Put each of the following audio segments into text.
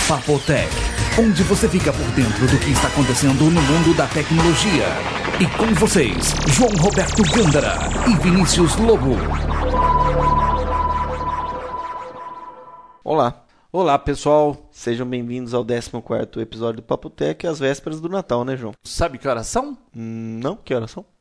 Papotec, onde você fica por dentro do que está acontecendo no mundo da tecnologia. E com vocês, João Roberto Gândara e Vinícius Lobo. Olá pessoal, sejam bem-vindos ao 14º episódio do Papotec, às vésperas do Natal, né, João? Sabe que horas são? Não, que horas são?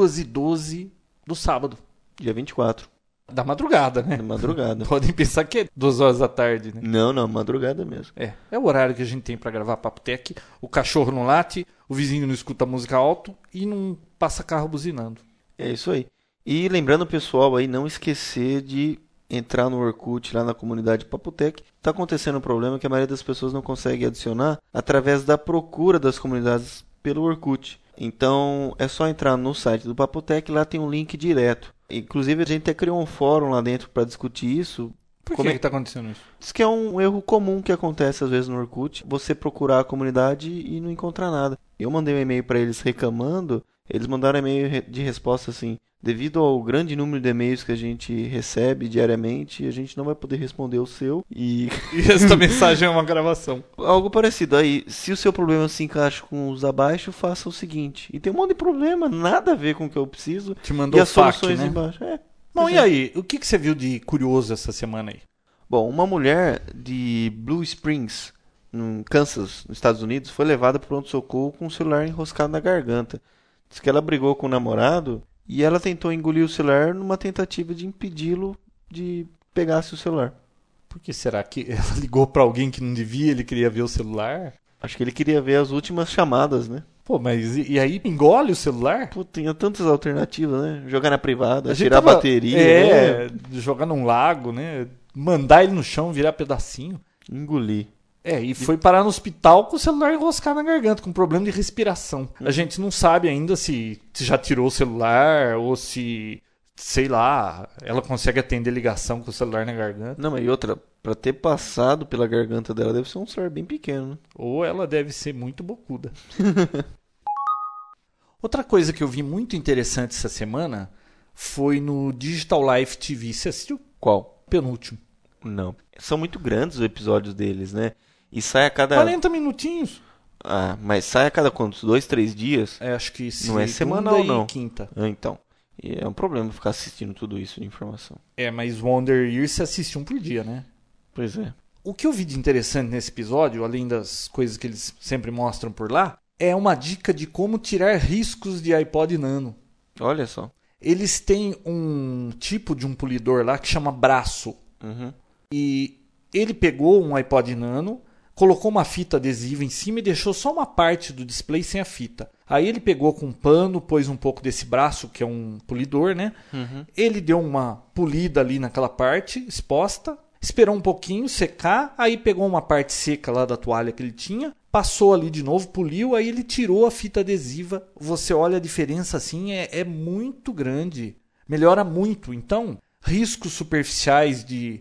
2h12 do sábado. Dia 24. Da madrugada, né? Da madrugada. Podem pensar que é 2 horas da tarde, né? Não, madrugada mesmo. É o horário que a gente tem pra gravar Papotec. O cachorro não late, o vizinho não escuta música alto e não passa carro buzinando. É isso aí. E lembrando o pessoal aí, não esquecer de entrar no Orkut, lá na comunidade Papotec. Está acontecendo um problema que a maioria das pessoas não consegue adicionar através da procura das comunidades pelo Orkut. Então é só entrar no site do Papotec, lá tem um link direto. Inclusive a gente até criou um fórum lá dentro para discutir isso. Por que está acontecendo isso? Diz que é um erro comum que acontece às vezes no Orkut, você procurar a comunidade e não encontrar nada. Eu mandei um e-mail para eles reclamando, eles mandaram um e-mail de resposta assim: devido ao grande número de e-mails que a gente recebe diariamente, a gente não vai poder responder o seu e esta mensagem é uma gravação. Algo parecido. Aí, se o seu problema se encaixa com os abaixo, faça o seguinte. E tem um monte de problema, nada a ver com o que eu preciso. Te mandou e as FAQ, soluções né? embaixo. Bom, e aí? O que você viu de curioso essa semana aí? Bom, uma mulher de Blue Springs, no Kansas, nos Estados Unidos, foi levada para o pronto-socorro com o celular enroscado na garganta. Diz que ela brigou com o namorado e ela tentou engolir o celular numa tentativa de impedi-lo de pegar o celular. Por que será que ela ligou pra alguém que não devia, ele queria ver o celular? Acho que ele queria ver as últimas chamadas, né? Pô, mas e aí engole o celular? Pô, tinha tantas alternativas, né? Jogar na privada, tirar a bateria. Jogar num lago, né? Mandar ele no chão, virar pedacinho. Engolir. E foi parar no hospital com o celular enroscado na garganta, com problema de respiração. A gente não sabe ainda se já tirou o celular ou se, sei lá, ela consegue atender ligação com o celular na garganta. Não, mas e outra, pra ter passado pela garganta dela, deve ser um celular bem pequeno, né? Ou ela deve ser muito bocuda. Outra coisa que eu vi muito interessante essa semana foi no Digital Life TV. Você assistiu? Qual? Penúltimo. Não. São muito grandes os episódios deles, né? E sai a cada... 40 minutinhos. Ah, mas sai a cada quantos? 2, 3 dias? Acho que sim. Não é semanal, não. Quinta. Então. E é um problema ficar assistindo tudo isso de informação. Mas Wonder Years você assiste um por dia, né? Pois é. O que eu vi de interessante nesse episódio, além das coisas que eles sempre mostram por lá, é uma dica de como tirar riscos de iPod Nano. Olha só. Eles têm um tipo de um polidor lá que chama braço. Uhum. E ele pegou um iPod Nano, colocou uma fita adesiva em cima e deixou só uma parte do display sem a fita. Aí ele pegou com um pano, pôs um pouco desse braço, que é um polidor, né? Uhum. Ele deu uma polida ali naquela parte exposta, esperou um pouquinho secar, aí pegou uma parte seca lá da toalha que ele tinha, passou ali de novo, poliu, aí ele tirou a fita adesiva. Você olha a diferença assim, é muito grande. Melhora muito. Então, riscos superficiais de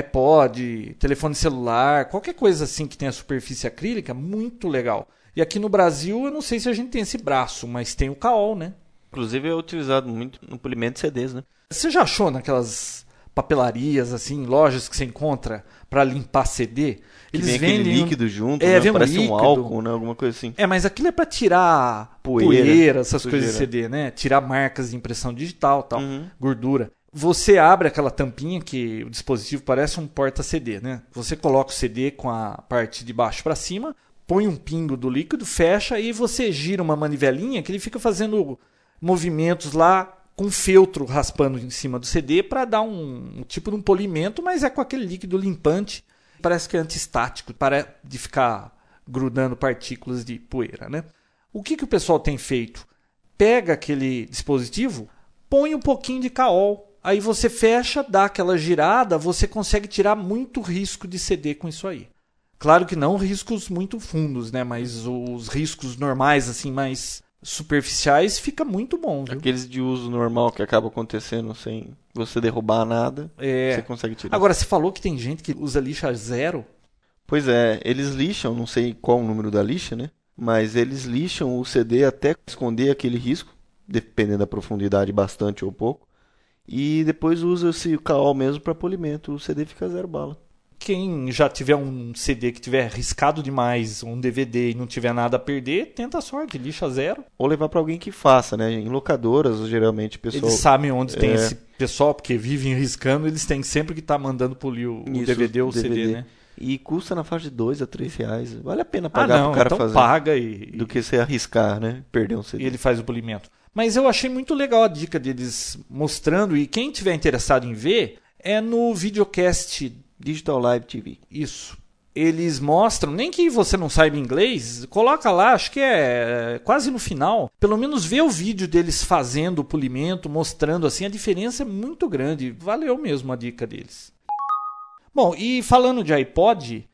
iPod, telefone celular, qualquer coisa assim que tenha superfície acrílica, muito legal. E aqui no Brasil, eu não sei se a gente tem esse braço, mas tem o Kaol, né? Inclusive é utilizado muito no polimento de CDs, né? Você já achou naquelas papelarias, assim, lojas que você encontra para limpar CD? Eles vendem aquele líquido junto, né? Parece um álcool, né? Alguma coisa assim. Mas aquilo é para tirar poeira, essas sujeira. Coisas de CD, né? Tirar marcas de impressão digital, tal, Uhum. gordura. Você abre aquela tampinha que o dispositivo parece um porta-CD, né? Você coloca o CD com a parte de baixo para cima, põe um pingo do líquido, fecha e você gira uma manivelinha que ele fica fazendo movimentos lá com feltro raspando em cima do CD para dar um tipo de um polimento, mas é com aquele líquido limpante. Parece que é antiestático, para de ficar grudando partículas de poeira, né? O que o pessoal tem feito? Pega aquele dispositivo, põe um pouquinho de Kaol. Aí você fecha, dá aquela girada, você consegue tirar muito risco de CD com isso aí. Claro que não riscos muito fundos, né? Mas os riscos normais, assim, mais superficiais, fica muito bom, viu? Aqueles de uso normal que acaba acontecendo sem você derrubar nada, você consegue tirar. Agora, você falou que tem gente que usa lixa zero? Pois é, eles lixam, não sei qual o número da lixa, né? Mas eles lixam o CD até esconder aquele risco, dependendo da profundidade, bastante ou pouco. E depois usa-se o Kaol mesmo para polimento. O CD fica 0 bala. Quem já tiver um CD que tiver riscado demais, um DVD e não tiver nada a perder, tenta a sorte, lixa zero. Ou levar para alguém que faça, né? Em locadoras, geralmente, o pessoal... Eles sabem onde tem esse pessoal, porque vivem riscando, eles têm sempre que estar mandando polir o DVD ou o CD, né? E custa na faixa de R$2 a R$3. Vale a pena pagar pro cara então fazer. Paga do que você arriscar, né? Perder um CD. E ele faz o polimento. Mas eu achei muito legal a dica deles mostrando, e quem tiver interessado em ver, é no videocast Digital Live TV. Isso. Eles mostram, nem que você não saiba inglês, coloca lá, acho que é quase no final, pelo menos vê o vídeo deles fazendo o polimento, mostrando assim, a diferença é muito grande. Valeu mesmo a dica deles. Bom, e falando de iPod,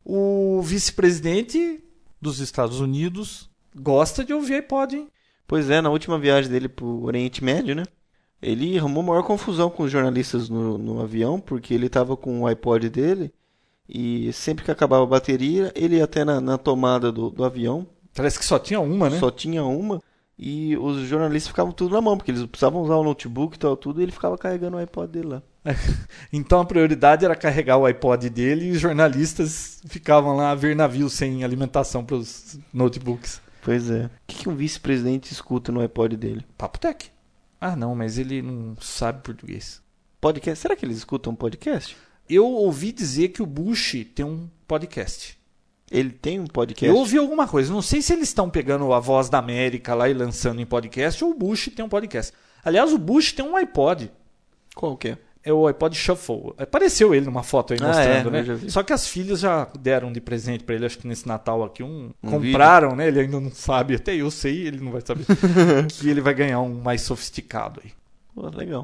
o vice-presidente dos Estados Unidos gosta de ouvir iPod, hein? Pois é, na última viagem dele pro Oriente Médio, né? Ele arrumou maior confusão com os jornalistas no avião, porque ele estava com o iPod dele e sempre que acabava a bateria, ele ia até na tomada do avião. Parece que só tinha uma, né? Só tinha uma e os jornalistas ficavam tudo na mão, porque eles precisavam usar o notebook e tal, tudo, e ele ficava carregando o iPod dele lá. Então a prioridade era carregar o iPod dele e os jornalistas ficavam lá a ver navios sem alimentação para os notebooks. Pois é. O que um vice-presidente escuta no iPod dele? Papo Tech. Ah, não, mas ele não sabe português. Podcast? Será que eles escutam podcast? Eu ouvi dizer que o Bush tem um podcast. Ele tem um podcast? Eu ouvi alguma coisa. Não sei se eles estão pegando a Voz da América lá e lançando em podcast ou o Bush tem um podcast. Aliás, o Bush tem um iPod. Qual que é? É o iPod Shuffle. Apareceu ele numa foto aí mostrando, né? Eu já vi. Só que as filhas já deram de presente pra ele, acho que nesse Natal aqui, compraram, vídeo, né? Ele ainda não sabe, até eu sei, ele não vai saber, que ele vai ganhar um mais sofisticado aí. Pô, legal.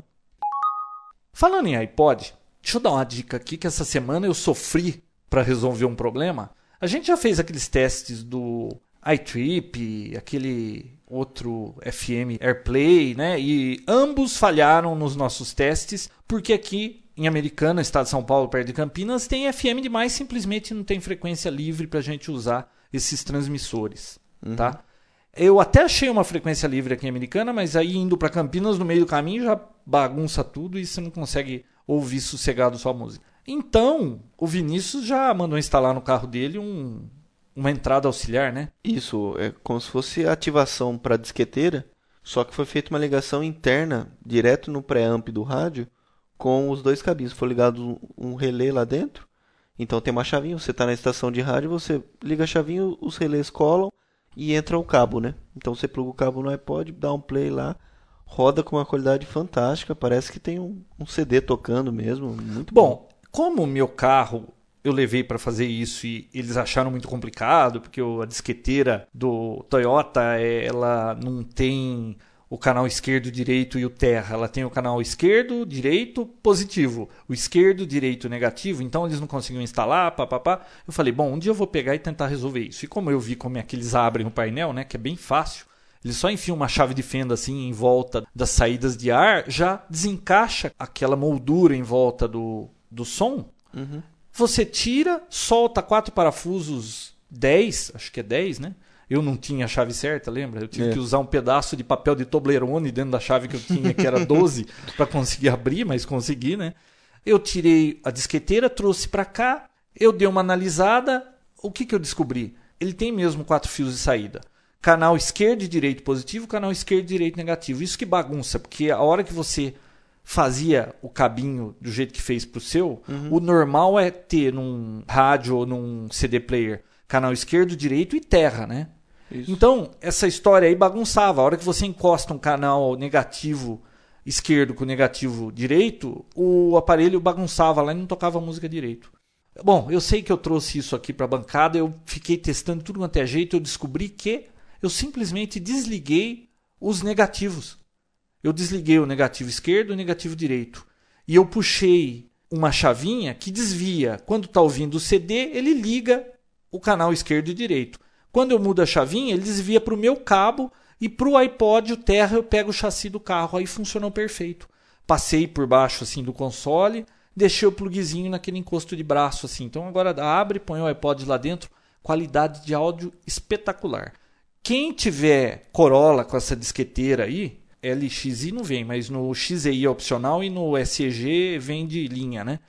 Falando em iPod, deixa eu dar uma dica aqui, que essa semana eu sofri pra resolver um problema. A gente já fez aqueles testes do iTrip, aquele outro FM AirPlay, né? E ambos falharam nos nossos testes, porque aqui em Americana, estado de São Paulo, perto de Campinas, tem FM demais, simplesmente não tem frequência livre para a gente usar esses transmissores, tá? Eu até achei uma frequência livre aqui em Americana, mas aí indo para Campinas, no meio do caminho, já bagunça tudo e você não consegue ouvir sossegado sua música. Então, o Vinícius já mandou instalar no carro dele uma entrada auxiliar, né? Isso, é como se fosse ativação para disqueteira, só que foi feita uma ligação interna, direto no pré-amp do rádio, com os dois cabinhos. Foi ligado um relé lá dentro, então tem uma chavinha, você está na estação de rádio, você liga a chavinha, os relés colam e entra o cabo, né? Então você pluga o cabo no iPod, dá um play lá, roda com uma qualidade fantástica, parece que tem um CD tocando mesmo, muito bom. Como o meu carro eu levei para fazer isso e eles acharam muito complicado, porque a disqueteira do Toyota, ela não tem o canal esquerdo, direito e o terra. Ela tem o canal esquerdo, direito, positivo. O esquerdo, direito, negativo. Então eles não conseguiam instalar, papapá. Eu falei, bom, um dia eu vou pegar e tentar resolver isso. E como eu vi como é que eles abrem o painel, né, que é bem fácil, eles só enfiam uma chave de fenda assim em volta das saídas de ar, já desencaixa aquela moldura em volta do som. Você tira, solta 4 parafusos 10, acho que é 10, né? Eu não tinha a chave certa, lembra? Eu tive que usar um pedaço de papel de Toblerone dentro da chave que eu tinha, que era 12, para conseguir abrir, mas consegui, né? Eu tirei a disqueteira, trouxe para cá, eu dei uma analisada. O que eu descobri? Ele tem mesmo 4 fios de saída. Canal esquerdo e direito positivo, canal esquerdo e direito negativo. Isso que bagunça, porque a hora que você fazia o cabinho do jeito que fez pro seu, o normal é ter num rádio ou num CD player canal esquerdo, direito e terra, né? Isso. Então, essa história aí bagunçava. A hora que você encosta um canal negativo esquerdo com negativo direito, o aparelho bagunçava lá e não tocava a música direito. Bom, eu sei que eu trouxe isso aqui para a bancada, eu fiquei testando tudo quanto é jeito, eu descobri que eu simplesmente desliguei os negativos. Eu desliguei o negativo esquerdo e o negativo direito. E eu puxei uma chavinha que desvia. Quando está ouvindo o CD, ele liga o canal esquerdo e direito. Quando eu mudo a chavinha, ele desvia para o meu cabo e para o iPod, o terra, eu pego o chassi do carro. Aí funcionou perfeito. Passei por baixo assim do console, deixei o pluguezinho naquele encosto de braço. Assim. Então agora abre, põe o iPod lá dentro. Qualidade de áudio espetacular. Quem tiver Corolla com essa disqueteira aí, LXI não vem, mas no XEI é opcional e no SEG vem de linha, né?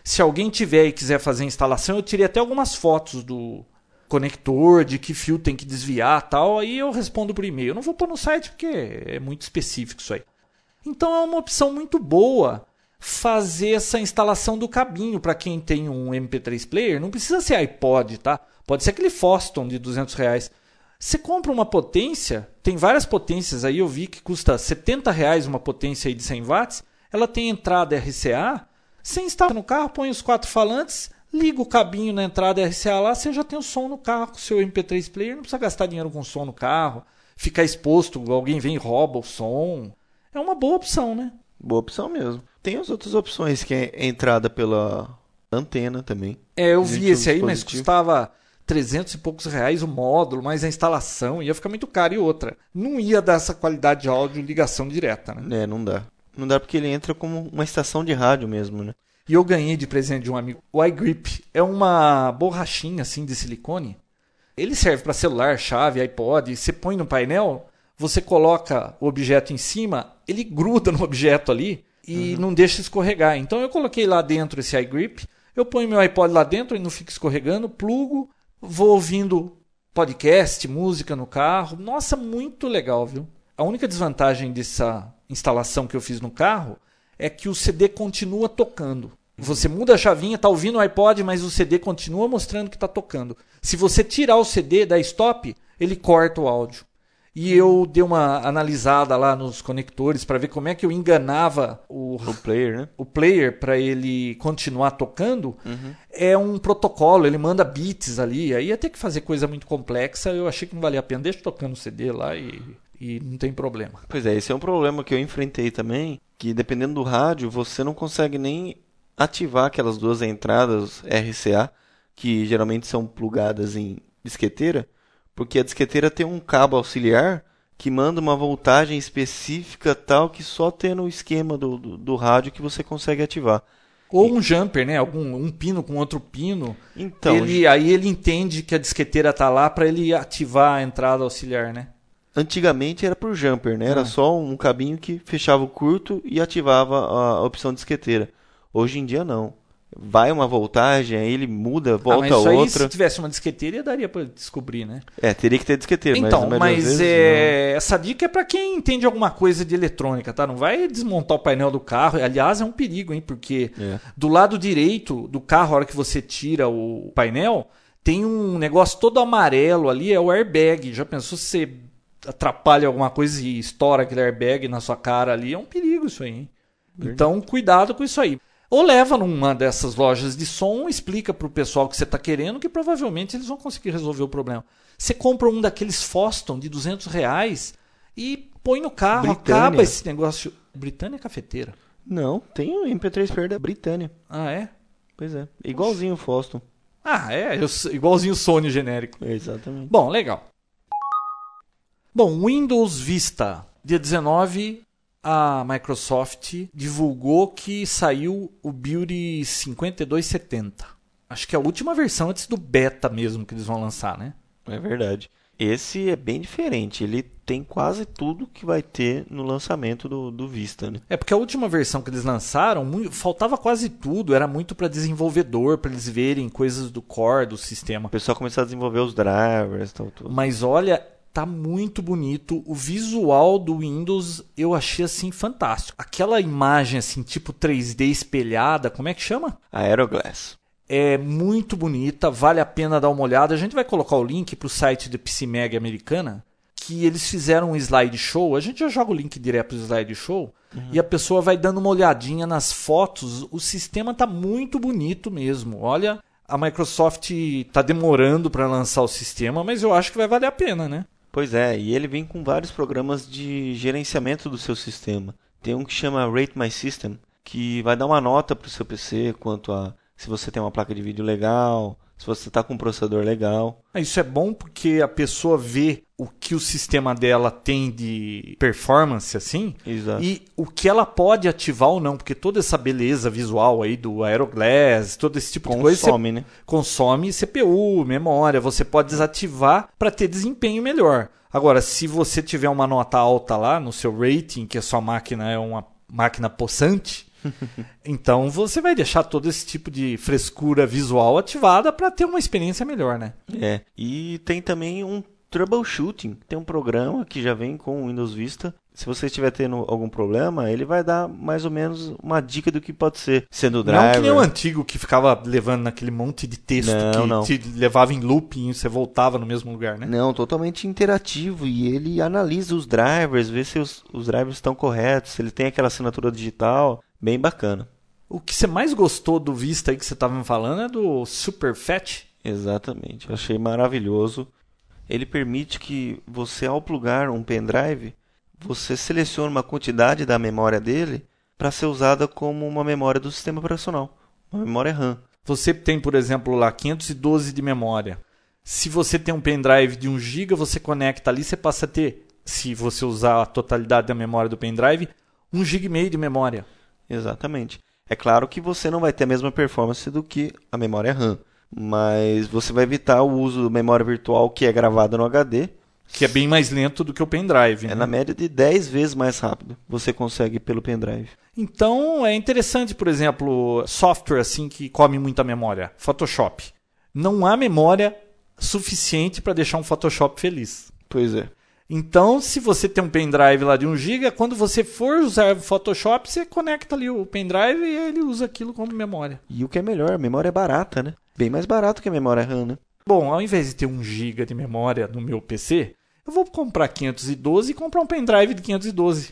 Se alguém tiver e quiser fazer a instalação, eu tirei até algumas fotos do conector, de que fio tem que desviar e tal, aí eu respondo por e-mail. Eu não vou pôr no site porque é muito específico isso aí. Então é uma opção muito boa fazer essa instalação do cabinho para quem tem um MP3 player. Não precisa ser iPod, tá? Pode ser aquele Foston de R$200. Você compra uma potência, tem várias potências aí, eu vi que custa R$70 uma potência aí de 100 watts. Ela tem entrada RCA, você instala no carro, põe os 4 falantes, liga o cabinho na entrada RCA lá, você já tem o som no carro com o seu MP3 player, não precisa gastar dinheiro com som no carro, ficar exposto, alguém vem e rouba o som. É uma boa opção, né? Boa opção mesmo. Tem as outras opções, que é entrada pela antena também. Eu vi esse aí, mas custava R$300 e poucos o módulo, mas a instalação ia ficar muito caro. E outra, não ia dar essa qualidade de áudio ligação direta, né? Não dá. Não dá porque ele entra como uma estação de rádio mesmo, né? E eu ganhei de presente de um amigo. O iGrip é uma borrachinha assim de silicone. Ele serve para celular, chave, iPod. Você põe no painel, você coloca o objeto em cima, ele gruda no objeto ali e não deixa escorregar. Então eu coloquei lá dentro esse iGrip, eu ponho meu iPod lá dentro e não fica escorregando, plugo, vou ouvindo podcast, música no carro. Nossa, muito legal, viu? A única desvantagem dessa instalação que eu fiz no carro é que o CD continua tocando. Você muda a chavinha, está ouvindo o iPod, mas o CD continua mostrando que está tocando. Se você tirar o CD da stop, ele corta o áudio. E eu dei uma analisada lá nos conectores para ver como é que eu enganava o player, né? O player para ele continuar tocando. É um protocolo, ele manda bits ali. Aí ia ter que fazer coisa muito complexa. Eu achei que não valia a pena. Deixa tocando o CD lá e não tem problema. Pois é, esse é um problema que eu enfrentei também, que dependendo do rádio, você não consegue nem ativar aquelas duas entradas RCA, que geralmente são plugadas em disqueteira, porque a disqueteira tem um cabo auxiliar que manda uma voltagem específica tal que só tendo o esquema do rádio que você consegue ativar. Ou um jumper, né? Um pino com outro pino. Então, aí ele entende que a disqueteira está lá para ele ativar a entrada auxiliar, né? Antigamente era por jumper, né? Era só um cabinho que fechava o curto e ativava a opção disqueteira. Hoje em dia não. Vai uma voltagem, aí ele muda, volta a outra. Aí, se tivesse uma disqueteira, daria para descobrir, né? Teria que ter disqueteira. Então, mas essa dica é para quem entende alguma coisa de eletrônica, tá? Não vai desmontar o painel do carro. Aliás, é um perigo, hein? Porque do lado direito do carro, a hora que você tira o painel, tem um negócio todo amarelo ali, é o airbag. Já pensou se você atrapalha alguma coisa e estoura aquele airbag na sua cara ali? É um perigo isso aí, hein? Então, cuidado com isso aí. Ou leva numa dessas lojas de som, explica para o pessoal que você está querendo, que provavelmente eles vão conseguir resolver o problema. Você compra um daqueles Foston de R$200 e põe no carro, acaba esse negócio. Britânia cafeteira? Não, tem o MP3 player da Britânia. Ah, é? Pois é, igualzinho o Foston. Ah, igualzinho o Sony genérico. Exatamente. Bom, legal. Bom, Windows Vista, dia 19, a Microsoft divulgou que saiu o Build 5270. Acho que é a última versão antes do beta mesmo que eles vão lançar, né? É verdade. Esse é bem diferente. Ele tem quase tudo que vai ter no lançamento do Vista, né? É porque a última versão que eles lançaram, faltava quase tudo. Era muito para desenvolvedor, para eles verem coisas do core do sistema. O pessoal começou a desenvolver os drivers e tal. Tudo. Mas olha, tá muito bonito. O visual do Windows eu achei assim fantástico. Aquela imagem assim, tipo 3D espelhada, como é que chama? Aeroglass. É muito bonita, vale a pena dar uma olhada. A gente vai colocar o link para o site da PCMag americana, que eles fizeram um slideshow. A gente já joga o link direto para o slideshow e a pessoa vai dando uma olhadinha nas fotos. O sistema tá muito bonito mesmo. Olha, a Microsoft tá demorando para lançar o sistema, mas eu acho que vai valer a pena, né? Pois é, e ele vem com vários programas de gerenciamento do seu sistema. Tem um que chama Rate My System, que vai dar uma nota para o seu PC quanto a se você tem uma placa de vídeo legal, se você está com um processador legal. Isso é bom porque a pessoa vê o que o sistema dela tem de performance, assim, Exato. E o que ela pode ativar ou não, porque toda essa beleza visual aí do Aeroglass, todo esse tipo de coisa, né? Consome CPU, memória, você pode desativar para ter desempenho melhor. Agora, se você tiver uma nota alta lá no seu rating, que a sua máquina é uma máquina possante, Então você vai deixar todo esse tipo de frescura visual ativada para ter uma experiência melhor, né? E tem também um troubleshooting. Tem um programa que já vem com o Windows Vista. Se você estiver tendo algum problema, ele vai dar mais ou menos uma dica do que pode ser. Sendo o driver. Não que nem o antigo que ficava levando naquele monte de texto que te levava em looping e você voltava no mesmo lugar, né? Não, totalmente interativo. E ele analisa os drivers, vê se os drivers estão corretos, se ele tem aquela assinatura digital. Bem bacana. O que você mais gostou do Vista aí que você estava me falando é do SuperFetch? Exatamente. Eu achei maravilhoso. Ele permite que você, ao plugar um pendrive, você selecione uma quantidade da memória dele para ser usada como uma memória do sistema operacional, uma memória RAM. Você tem, por exemplo, lá 512 de memória. Se você tem um pendrive de 1 GB, você conecta ali, você passa a ter, se você usar a totalidade da memória do pendrive, 1,5 GB de memória. Exatamente. É claro que você não vai ter a mesma performance do que a memória RAM, mas você vai evitar o uso da memória virtual que é gravada no HD, que é bem mais lento do que o pendrive. É, né? na média de 10 vezes mais rápido você consegue pelo pendrive. Então é interessante, por exemplo, software assim que come muita memória. Photoshop. Não há memória suficiente para deixar um Photoshop feliz. Pois é. Então, se você tem um pendrive lá de 1 GB, quando você for usar o Photoshop, você conecta ali o pendrive e ele usa aquilo como memória. E o que é melhor, a memória é barata, né? Bem mais barato que a memória RAM, né? Bom, ao invés de ter 1 GB de memória no meu PC, eu vou comprar 512 e comprar um pendrive de 512.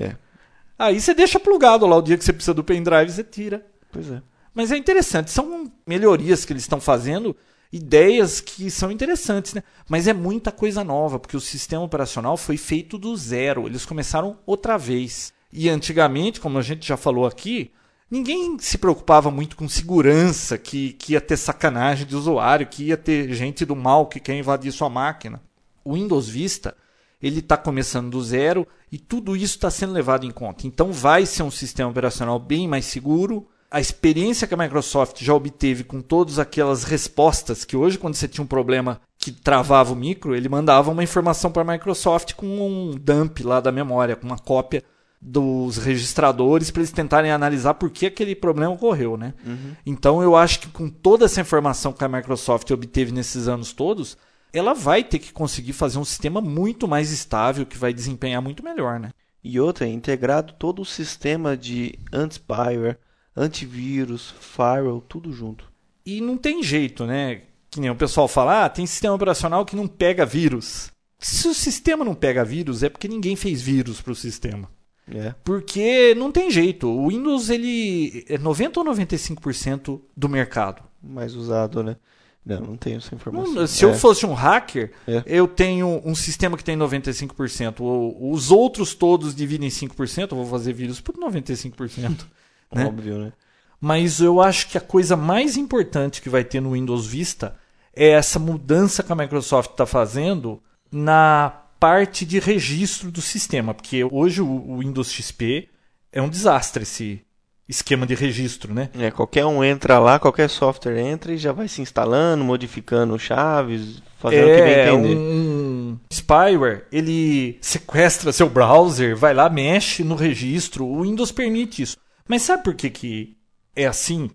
Aí você deixa plugado lá o dia que você precisa do pendrive, você tira. Pois é. Mas é interessante, são melhorias que eles estão fazendo, ideias que são interessantes, né? Mas é muita coisa nova, porque o sistema operacional foi feito do zero. Eles começaram outra vez. E antigamente, como a gente já falou aqui, ninguém se preocupava muito com segurança, que ia ter sacanagem de usuário, que ia ter gente do mal que quer invadir sua máquina. O Windows Vista, ele está começando do zero e tudo isso está sendo levado em conta. Então vai ser um sistema operacional bem mais seguro. A experiência que a Microsoft já obteve com todas aquelas respostas, que hoje quando você tinha um problema que travava o micro, ele mandava uma informação para a Microsoft com um dump lá da memória, com uma cópia dos registradores para eles tentarem analisar por que aquele problema ocorreu, né? Então eu acho que com toda essa informação que a Microsoft obteve nesses anos todos, ela vai ter que conseguir fazer um sistema muito mais estável, que vai desempenhar muito melhor, né? E outra, é integrado todo o sistema de anti-spyware, antivírus, firewall, tudo junto. E não tem jeito, né? Que nem o pessoal fala, tem sistema operacional que não pega vírus. Se o sistema não pega vírus, é porque ninguém fez vírus para o sistema. Porque não tem jeito. O Windows ele é 90% ou 95% do mercado. Mais usado, né? Não tenho essa informação. Se eu fosse um hacker, eu tenho um sistema que tem 95%. Os outros todos dividem 5%. Eu vou fazer vírus por 95%. Né? Óbvio, né? Mas eu acho que a coisa mais importante que vai ter no Windows Vista é essa mudança que a Microsoft está fazendo na parte de registro do sistema. Porque hoje o Windows XP é um desastre esse esquema de registro, né? Qualquer um entra lá, qualquer software entra e já vai se instalando, modificando chaves, fazendo o que bem entender. Um spyware, ele sequestra seu browser, vai lá, mexe no registro. O Windows permite isso. Mas sabe por que é assim?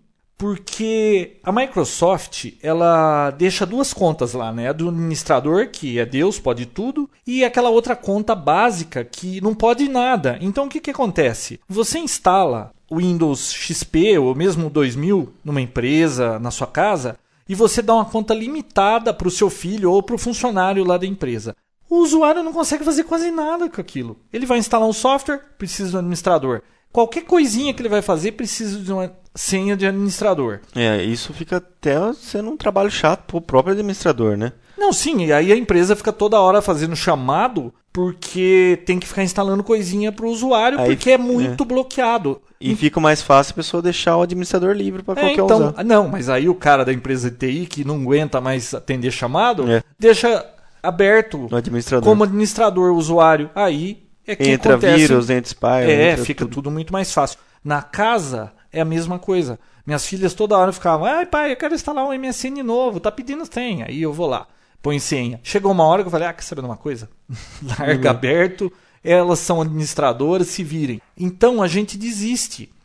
Porque a Microsoft, ela deixa duas contas lá, né? A do administrador, que é Deus, pode tudo, e aquela outra conta básica, que não pode nada. Então, o que acontece? Você instala o Windows XP, ou mesmo o 2000, numa empresa, na sua casa, e você dá uma conta limitada para o seu filho ou para o funcionário lá da empresa. O usuário não consegue fazer quase nada com aquilo. Ele vai instalar um software, precisa do administrador. Qualquer coisinha que ele vai fazer precisa de uma senha de administrador. Isso fica até sendo um trabalho chato pro próprio administrador, né? Não, sim, e aí a empresa fica toda hora fazendo chamado porque tem que ficar instalando coisinha pro usuário, aí, porque é muito bloqueado. E fica mais fácil a pessoa deixar o administrador livre para qualquer usar. Não, mas aí o cara da empresa de TI que não aguenta mais atender chamado, deixa aberto como administrador o usuário. Aí é que entra acontece, vírus, entra spyware. Fica tudo muito mais fácil. Na casa é a mesma coisa. Minhas filhas toda hora ficavam, pai, eu quero instalar um MSN novo, tá pedindo senha. Aí eu vou lá, põe senha. Chegou uma hora que eu falei, quer saber de uma coisa? Larga aberto, elas são administradoras, se virem. Então a gente desiste.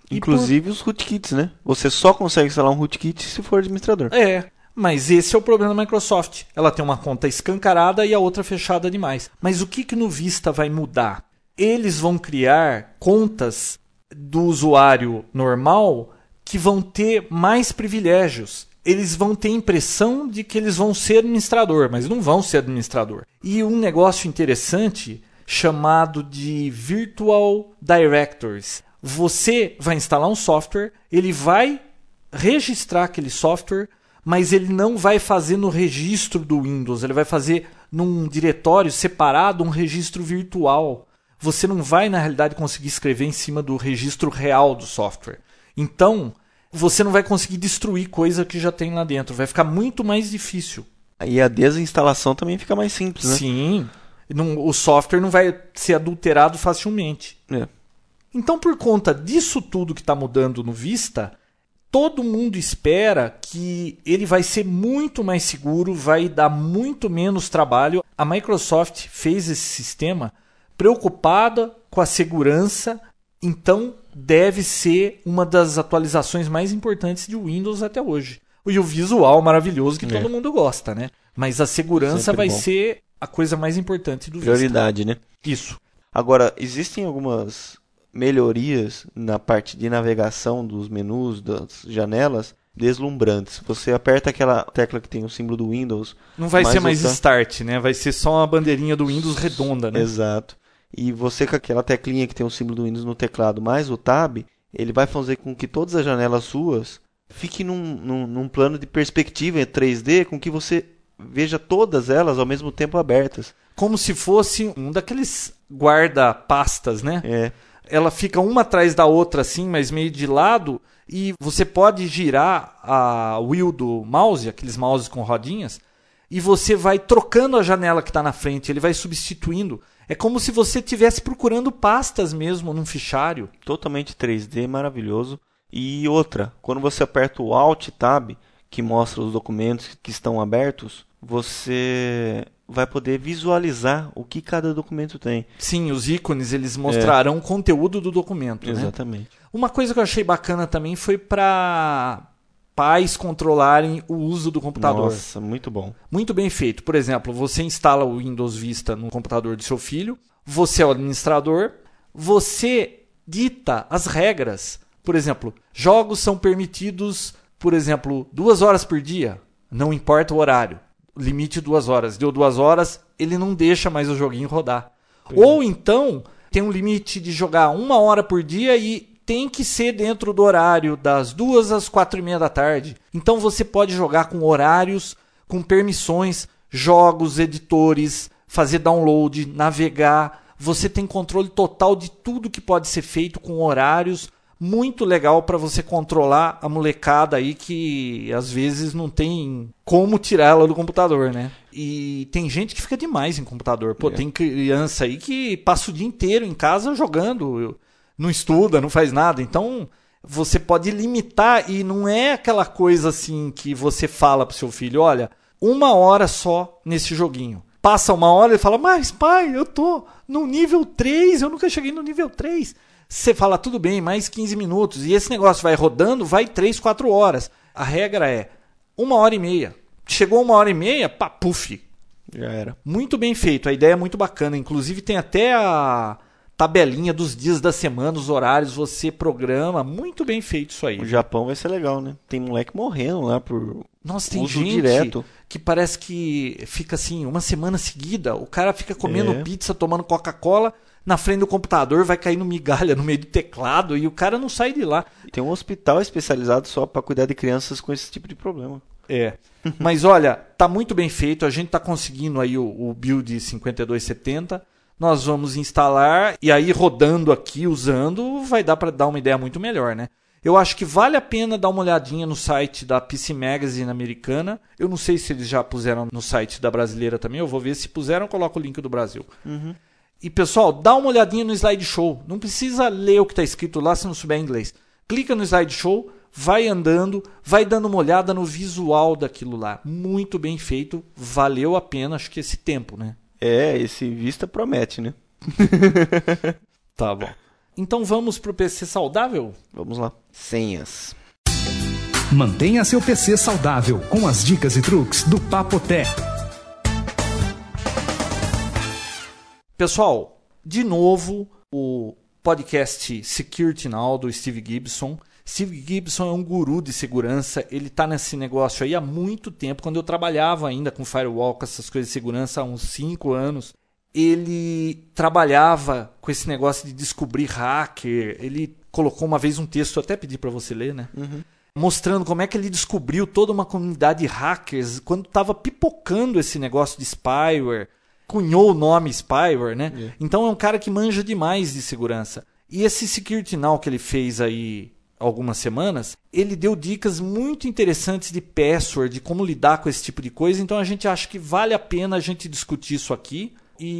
Inclusive os rootkits, né? Você só consegue instalar um rootkit se for administrador. Mas esse é o problema da Microsoft. Ela tem uma conta escancarada e a outra fechada demais. Mas o que no Vista vai mudar? Eles vão criar contas do usuário normal que vão ter mais privilégios. Eles vão ter a impressão de que eles vão ser administrador, mas não vão ser administrador. E um negócio interessante chamado de Virtual Directories. Você vai instalar um software, ele vai registrar aquele software, mas ele não vai fazer no registro do Windows, ele vai fazer num diretório separado, um registro virtual. Você não vai, na realidade, conseguir escrever em cima do registro real do software. Então, você não vai conseguir destruir coisa que já tem lá dentro. Vai ficar muito mais difícil. E a desinstalação também fica mais simples, né? Sim. O software não vai ser adulterado facilmente. Então, por conta disso tudo que está mudando no Vista, todo mundo espera que ele vai ser muito mais seguro, vai dar muito menos trabalho. A Microsoft fez esse sistema preocupada com a segurança, então deve ser uma das atualizações mais importantes de Windows até hoje. E o visual maravilhoso que todo mundo gosta, né? Mas a segurança sempre vai bom. ser a coisa mais importante do Prioridade, né? Isso. Agora, existem algumas melhorias na parte de navegação dos menus, das janelas, deslumbrantes. Você aperta aquela tecla que tem o símbolo do Windows. Não vai ser mais outra... Start, né? Vai ser só uma bandeirinha do Windows redonda, né? Exato. E você com aquela teclinha que tem o símbolo do Windows no teclado, mais o Tab, ele vai fazer com que todas as janelas suas fiquem num plano de perspectiva em 3D, com que você veja todas elas ao mesmo tempo abertas. Como se fosse um daqueles guarda-pastas, né? Ela fica uma atrás da outra assim, mas meio de lado, e você pode girar a wheel do mouse, aqueles mouses com rodinhas, e você vai trocando a janela que está na frente, ele vai substituindo. É como se você estivesse procurando pastas mesmo num fichário. Totalmente 3D, maravilhoso. E outra, quando você aperta o Alt Tab, que mostra os documentos que estão abertos, você vai poder visualizar o que cada documento tem. Sim, os ícones, eles mostrarão o conteúdo do documento. Exatamente. Né? Uma coisa que eu achei bacana também foi para pais controlarem o uso do computador. Nossa, muito bom. Muito bem feito. Por exemplo, você instala o Windows Vista no computador do seu filho, você é o administrador, você dita as regras. Por exemplo, jogos são permitidos, por exemplo, 2 horas por dia, não importa o horário. Limite 2 horas. Deu 2 horas, ele não deixa mais o joguinho rodar. Ou então, tem um limite de jogar 1 hora por dia e tem que ser dentro do horário das 2 às 4:30 da tarde. Então você pode jogar com horários, com permissões, jogos, editores, fazer download, navegar. Você tem controle total de tudo que pode ser feito com horários. Muito legal para você controlar a molecada aí que às vezes não tem como tirar ela do computador, né? E tem gente que fica demais em computador. Pô, tem criança aí que passa o dia inteiro em casa jogando, não estuda, não faz nada. Então você pode limitar e não é aquela coisa assim que você fala pro seu filho, olha, 1 hora só nesse joguinho. Passa 1 hora e ele fala, mas pai, eu tô no nível 3, eu nunca cheguei no nível 3. Você fala, tudo bem, mais 15 minutos. E esse negócio vai rodando, vai 3, 4 horas. A regra é 1h30. Chegou 1h30, pá, puf. Já era. Muito bem feito, a ideia é muito bacana. Inclusive tem até a tabelinha dos dias da semana, os horários, você programa. Muito bem feito isso aí. O Japão vai ser legal, né? Tem moleque morrendo lá por Nossa, tem uso gente direto. que parece que fica assim, uma semana seguida, o cara fica comendo pizza, tomando Coca-Cola, na frente do computador, vai caindo migalha no meio do teclado e o cara não sai de lá. Tem um hospital especializado só para cuidar de crianças com esse tipo de problema. Mas olha, tá muito bem feito, a gente tá conseguindo aí o build 5270, nós vamos instalar e aí rodando aqui, usando, vai dar para dar uma ideia muito melhor, né? Eu acho que vale a pena dar uma olhadinha no site da PC Magazine americana. Eu não sei se eles já puseram no site da brasileira também, eu vou ver se puseram, eu coloco o link do Brasil. E pessoal, dá uma olhadinha no slideshow. Não precisa ler o que está escrito lá se não souber inglês. Clica no slideshow, vai andando, vai dando uma olhada no visual daquilo lá. Muito bem feito, valeu a pena, acho que esse tempo, né? Esse Vista promete, né? Tá bom. Então vamos para o PC saudável? Vamos lá. Senhas. Mantenha seu PC saudável com as dicas e truques do Papotec. Pessoal, de novo, o podcast Security Now do Steve Gibson. Steve Gibson é um guru de segurança, ele está nesse negócio aí há muito tempo. Quando eu trabalhava ainda com firewall, com essas coisas de segurança há uns 5 anos, ele trabalhava com esse negócio de descobrir hacker. Ele colocou uma vez um texto, eu até pedi para você ler, né? Mostrando como é que ele descobriu toda uma comunidade de hackers quando estava pipocando esse negócio de spyware, cunhou o nome spyware, né? Então é um cara que manja demais de segurança. E esse Security Now que ele fez aí algumas semanas, ele deu dicas muito interessantes de password, de como lidar com esse tipo de coisa. Então a gente acha que vale a pena a gente discutir isso aqui.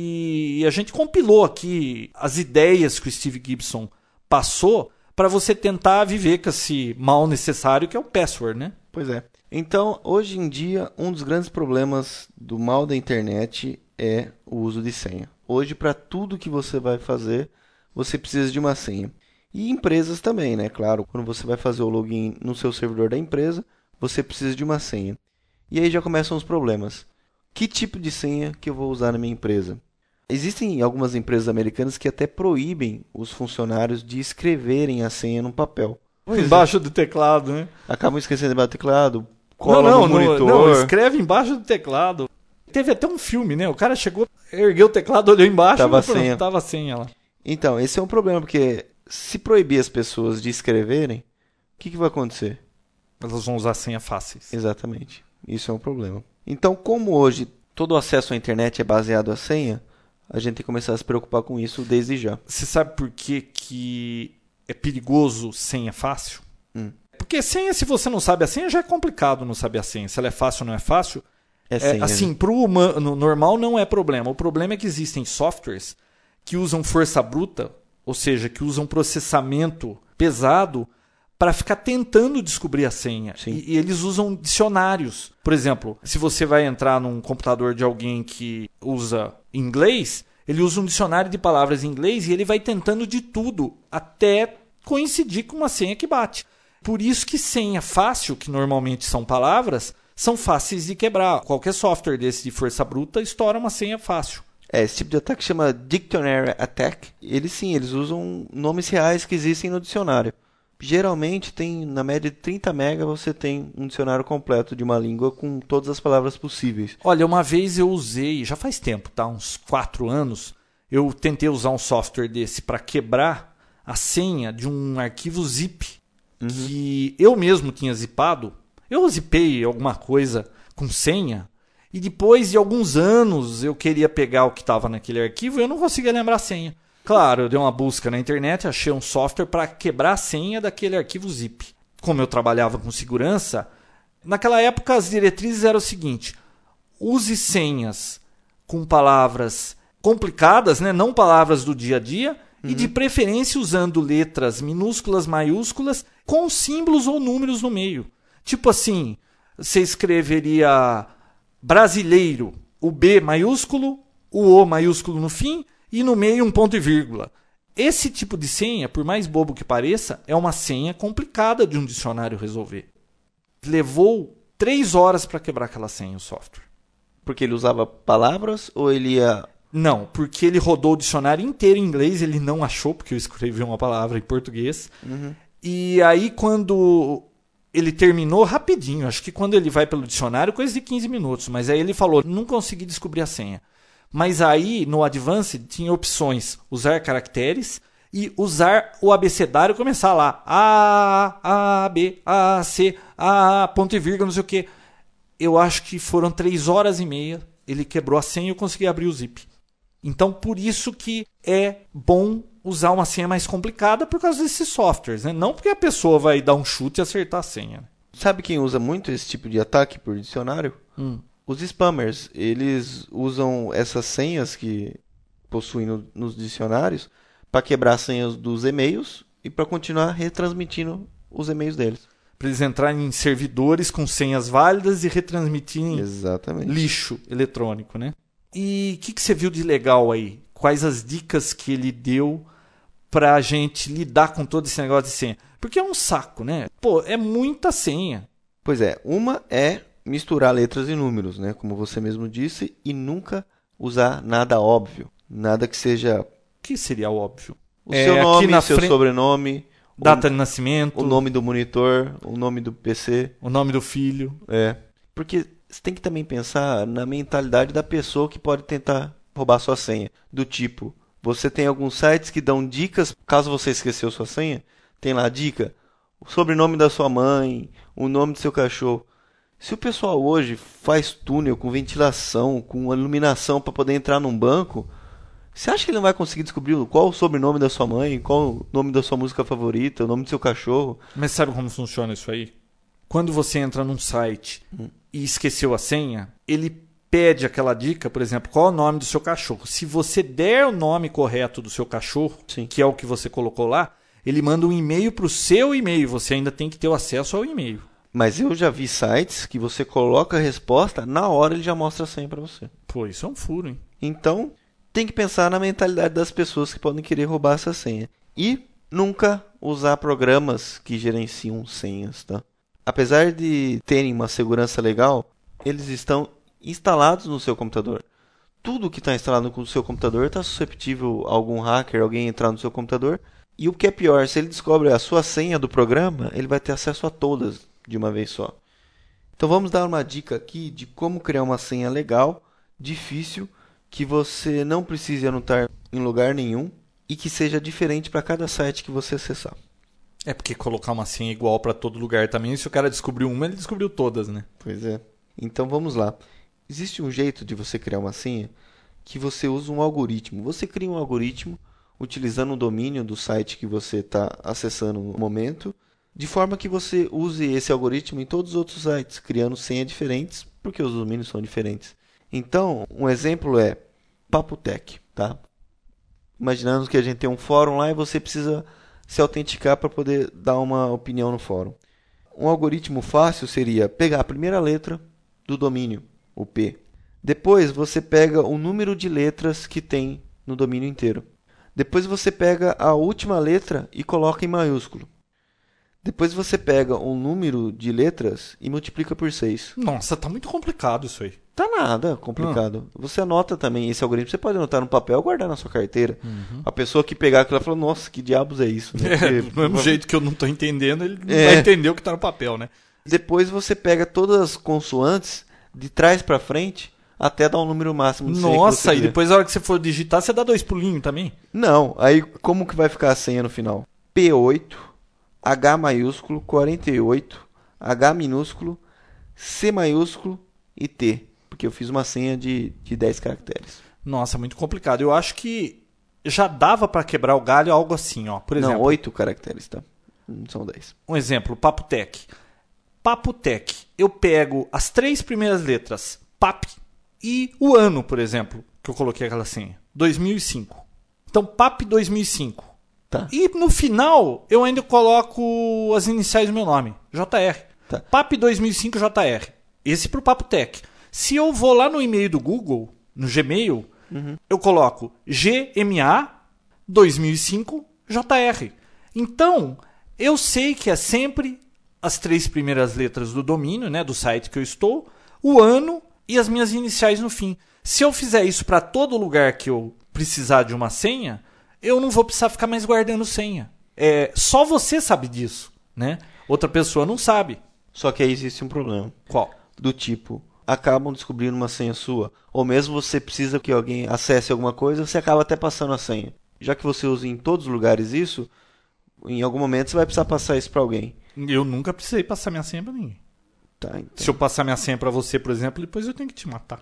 E a gente compilou aqui as ideias que o Steve Gibson passou para você tentar viver com esse mal necessário que é o password, né? Pois é. Então, hoje em dia, um dos grandes problemas do mal da internet é o uso de senha. Hoje, para tudo que você vai fazer, você precisa de uma senha. E empresas também, né? Claro, quando você vai fazer o login no seu servidor da empresa, você precisa de uma senha. E aí já começam os problemas. Que tipo de senha que eu vou usar na minha empresa? Existem algumas empresas americanas que até proíbem os funcionários de escreverem a senha no papel. Embaixo do teclado, né? Acabam esquecendo embaixo do teclado, cola no monitor. Não, escreve embaixo do teclado. Teve até um filme, né? O cara chegou, ergueu o teclado, olhou embaixo e tava a senha lá. Então, esse é um problema, porque se proibir as pessoas de escreverem, o que vai acontecer? Elas vão usar senha fáceis. Exatamente. Isso é um problema. Então, como hoje todo o acesso à internet é baseado a senha, a gente tem que começar a se preocupar com isso desde já. Você sabe por que é perigoso senha fácil? Porque senha, se você não sabe a senha, já é complicado não saber a senha. Se ela é fácil ou não é fácil, senha, assim, para o humano normal não é problema. O problema é que existem softwares que usam força bruta, ou seja, que usam processamento pesado para ficar tentando descobrir a senha. E eles usam dicionários. Por exemplo, se você vai entrar num computador de alguém que usa inglês, ele usa um dicionário de palavras em inglês e ele vai tentando de tudo até coincidir com uma senha que bate. Por isso que senha fácil, que normalmente são palavras, são fáceis de quebrar. Qualquer software desse de força bruta estoura uma senha fácil. Esse tipo de ataque chama Dictionary Attack. Eles usam nomes reais que existem no dicionário. Geralmente, na média de 30 MB, você tem um dicionário completo de uma língua com todas as palavras possíveis. Olha, uma vez eu usei, já faz tempo, tá? Uns 4 anos, eu tentei usar um software desse para quebrar a senha de um arquivo zip que eu mesmo tinha zipado. Eu zipei alguma coisa com senha e depois de alguns anos eu queria pegar o que estava naquele arquivo e eu não conseguia lembrar a senha. Claro, eu dei uma busca na internet, achei um software para quebrar a senha daquele arquivo zip. Como eu trabalhava com segurança, naquela época as diretrizes eram o seguinte: use senhas com palavras complicadas, né? Não palavras do dia a dia, e de preferência usando letras minúsculas, maiúsculas, com símbolos ou números no meio. Tipo assim, você escreveria brasileiro, o B maiúsculo, o O maiúsculo no fim, e no meio um ponto e vírgula. Esse tipo de senha, por mais bobo que pareça, é uma senha complicada de um dicionário resolver. Levou 3 horas para quebrar aquela senha, o software. Porque ele usava palavras ou ele ia... Não, porque ele rodou o dicionário inteiro em inglês, ele não achou, porque eu escrevi uma palavra em português. E aí quando ele terminou rapidinho, acho que quando ele vai pelo dicionário, coisa de 15 minutos, mas aí ele falou, não consegui descobrir a senha. Mas aí, no Advanced, tinha opções usar caracteres e usar o abecedário e começar lá. A, B, A, C, A, ponto e vírgula, não sei o quê. Eu acho que foram 3 horas e meia. Ele quebrou a senha e eu consegui abrir o zip. Então, por isso que é bom usar uma senha mais complicada por causa desses softwares, né? Não porque a pessoa vai dar um chute e acertar a senha. Sabe quem usa muito esse tipo de ataque por dicionário? Os spammers. Eles usam essas senhas que possuem nos dicionários para quebrar as senhas dos e-mails e para continuar retransmitindo os e-mails deles. Para eles entrarem em servidores com senhas válidas e retransmitirem lixo eletrônico, né? E o que você viu de legal aí? Quais as dicas que ele deu pra gente lidar com todo esse negócio de senha? Porque é um saco, né? Pô, é muita senha. Pois é, uma é misturar letras e números, né? Como você mesmo disse, e nunca usar nada óbvio. Nada que seja O que seria óbvio? o seu nome, aqui na seu sobrenome, data de nascimento, o nome do monitor, o nome do PC. o nome do filho. Porque você tem que também pensar na mentalidade da pessoa que pode tentar roubar sua senha. Do tipo, você tem alguns sites que dão dicas, caso você esqueceu sua senha, tem lá a dica, o sobrenome da sua mãe, o nome do seu cachorro. Se o pessoal hoje faz túnel com ventilação, com iluminação para poder entrar num banco, você acha que ele não vai conseguir descobrir qual o sobrenome da sua mãe, qual o nome da sua música favorita, o nome do seu cachorro? Mas sabe como funciona isso aí? Quando você entra num site e esqueceu a senha, ele pede aquela dica, por exemplo, qual é o nome do seu cachorro. Se você der o nome correto do seu cachorro, Sim. que é o que você colocou lá, ele manda um e-mail para o seu e-mail. Você ainda tem que ter o acesso ao e-mail. Mas eu já vi sites que você coloca a resposta, na hora ele já mostra a senha para você. Pô, isso é um furo, hein? Então, tem que pensar na mentalidade das pessoas que podem querer roubar essa senha. E nunca usar programas que gerenciam senhas, tá? Apesar de terem uma segurança legal, eles estão instalados no seu computador. Tudo que está instalado no seu computador está suscetível a algum hacker, alguém entrar no seu computador. E o que é pior, se ele descobre a sua senha do programa, ele vai ter acesso a todas de uma vez só. Então vamos dar uma dica aqui de como criar uma senha legal, difícil, que você não precise anotar em lugar nenhum e que seja diferente para cada site que você acessar. É porque colocar uma senha igual para todo lugar também, se o cara descobriu uma, ele descobriu todas, né? Pois é. Então vamos lá. Existe um jeito de você criar uma senha que você usa um algoritmo. Você cria um algoritmo utilizando o domínio do site que você está acessando no momento, de forma que você use esse algoritmo em todos os outros sites, criando senhas diferentes, porque os domínios são diferentes. Então, um exemplo é Papotec, tá? Imaginando que a gente tem um fórum lá e você precisa se autenticar para poder dar uma opinião no fórum. Um algoritmo fácil seria pegar a primeira letra do domínio, o P. Depois você pega o número de letras que tem no domínio inteiro. Depois você pega a última letra e coloca em maiúsculo. Depois você pega um número de letras e multiplica por 6. Nossa, tá muito complicado isso aí. Tá nada complicado. Você anota também esse algoritmo. Você pode anotar no papel ou guardar na sua carteira. A pessoa que pegar aquilo fala, nossa, que diabos é isso? Né? Do mesmo jeito que eu não tô entendendo, ele não vai entender o que tá no papel, né? Depois você pega todas as consoantes de trás para frente até dar um número máximo de senha. Nossa, e depois na hora que você for digitar, você dá 2 pulinhos também? Não, aí como que vai ficar a senha no final? P8, H maiúsculo, 48, H minúsculo, C maiúsculo e T. Porque eu fiz uma senha de 10 caracteres. Nossa, muito complicado. Eu acho que já dava para quebrar o galho algo assim, ó. Por exemplo, não, 8 caracteres, tá? Não são 10. Um exemplo, Papotec. Papotec, eu pego as 3 primeiras letras, PAP, e o ano, por exemplo, que eu coloquei aquela senha. 2005. Então, PAP 2005. Tá. E no final, eu ainda coloco as iniciais do meu nome, JR. Tá. PAP 2005 JR. Esse pro Papotec. Se eu vou lá no e-mail do Google, no Gmail, eu coloco GMA 2005 JR. Então, eu sei que é sempre as 3 primeiras letras do domínio, né, do site que eu estou, o ano e as minhas iniciais no fim. Se eu fizer isso para todo lugar que eu precisar de uma senha, eu não vou precisar ficar mais guardando senha. Só você sabe disso, né? Outra pessoa não sabe. Só que aí existe um problema. Qual? Do tipo, acabam descobrindo uma senha sua. Ou mesmo você precisa que alguém acesse alguma coisa, você acaba até passando a senha. Já que você usa em todos os lugares isso, em algum momento você vai precisar passar isso para alguém. Eu nunca precisei passar minha senha para ninguém. Tá, então. Se eu passar minha senha para você, por exemplo, depois eu tenho que te matar.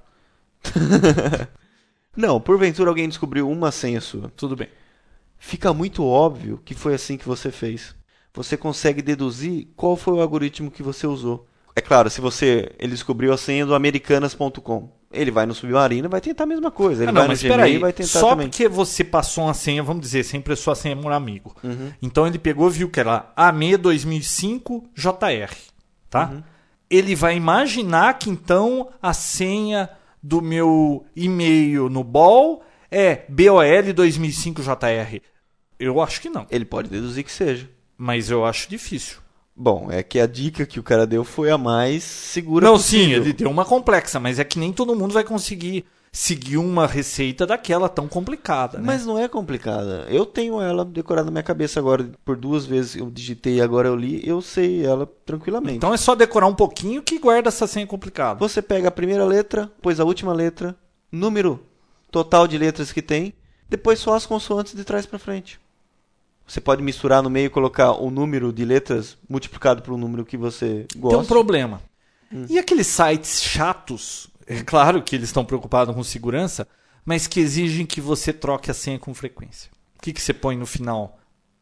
Não, porventura alguém descobriu uma senha sua. Tudo bem. Fica muito óbvio que foi assim que você fez. Você consegue deduzir qual foi o algoritmo que você usou. É claro, se ele descobriu a senha do americanas.com, ele vai no Submarino e vai tentar a mesma coisa. Ele vai no Gmail e vai tentar só também. porque você passou uma senha, vamos dizer, você impressou a senha por um amigo. Então ele pegou e viu que era AME 2005 JR, tá? Ele vai imaginar que então a senha do meu e-mail no BOL é BOL 2005 JR. Eu acho que não. Ele pode deduzir que seja. Mas eu acho difícil. Bom, é que a dica que o cara deu foi a mais segura Não, possível. sim, ele deu uma complexa, mas é que nem todo mundo vai conseguir seguir uma receita daquela tão complicada, né? Mas não é complicada. Eu tenho ela decorada na minha cabeça agora. Por 2 vezes eu digitei e agora eu li. Eu sei ela tranquilamente. Então é só decorar um pouquinho que guarda essa senha complicada. Você pega a primeira letra, depois a última letra, número total de letras que tem, depois só as consoantes de trás para frente. Você pode misturar no meio e colocar o número de letras multiplicado por um número que você gosta. Tem um problema. E aqueles sites chatos, é claro que eles estão preocupados com segurança, mas que exigem que você troque a senha com frequência. O que você põe no final?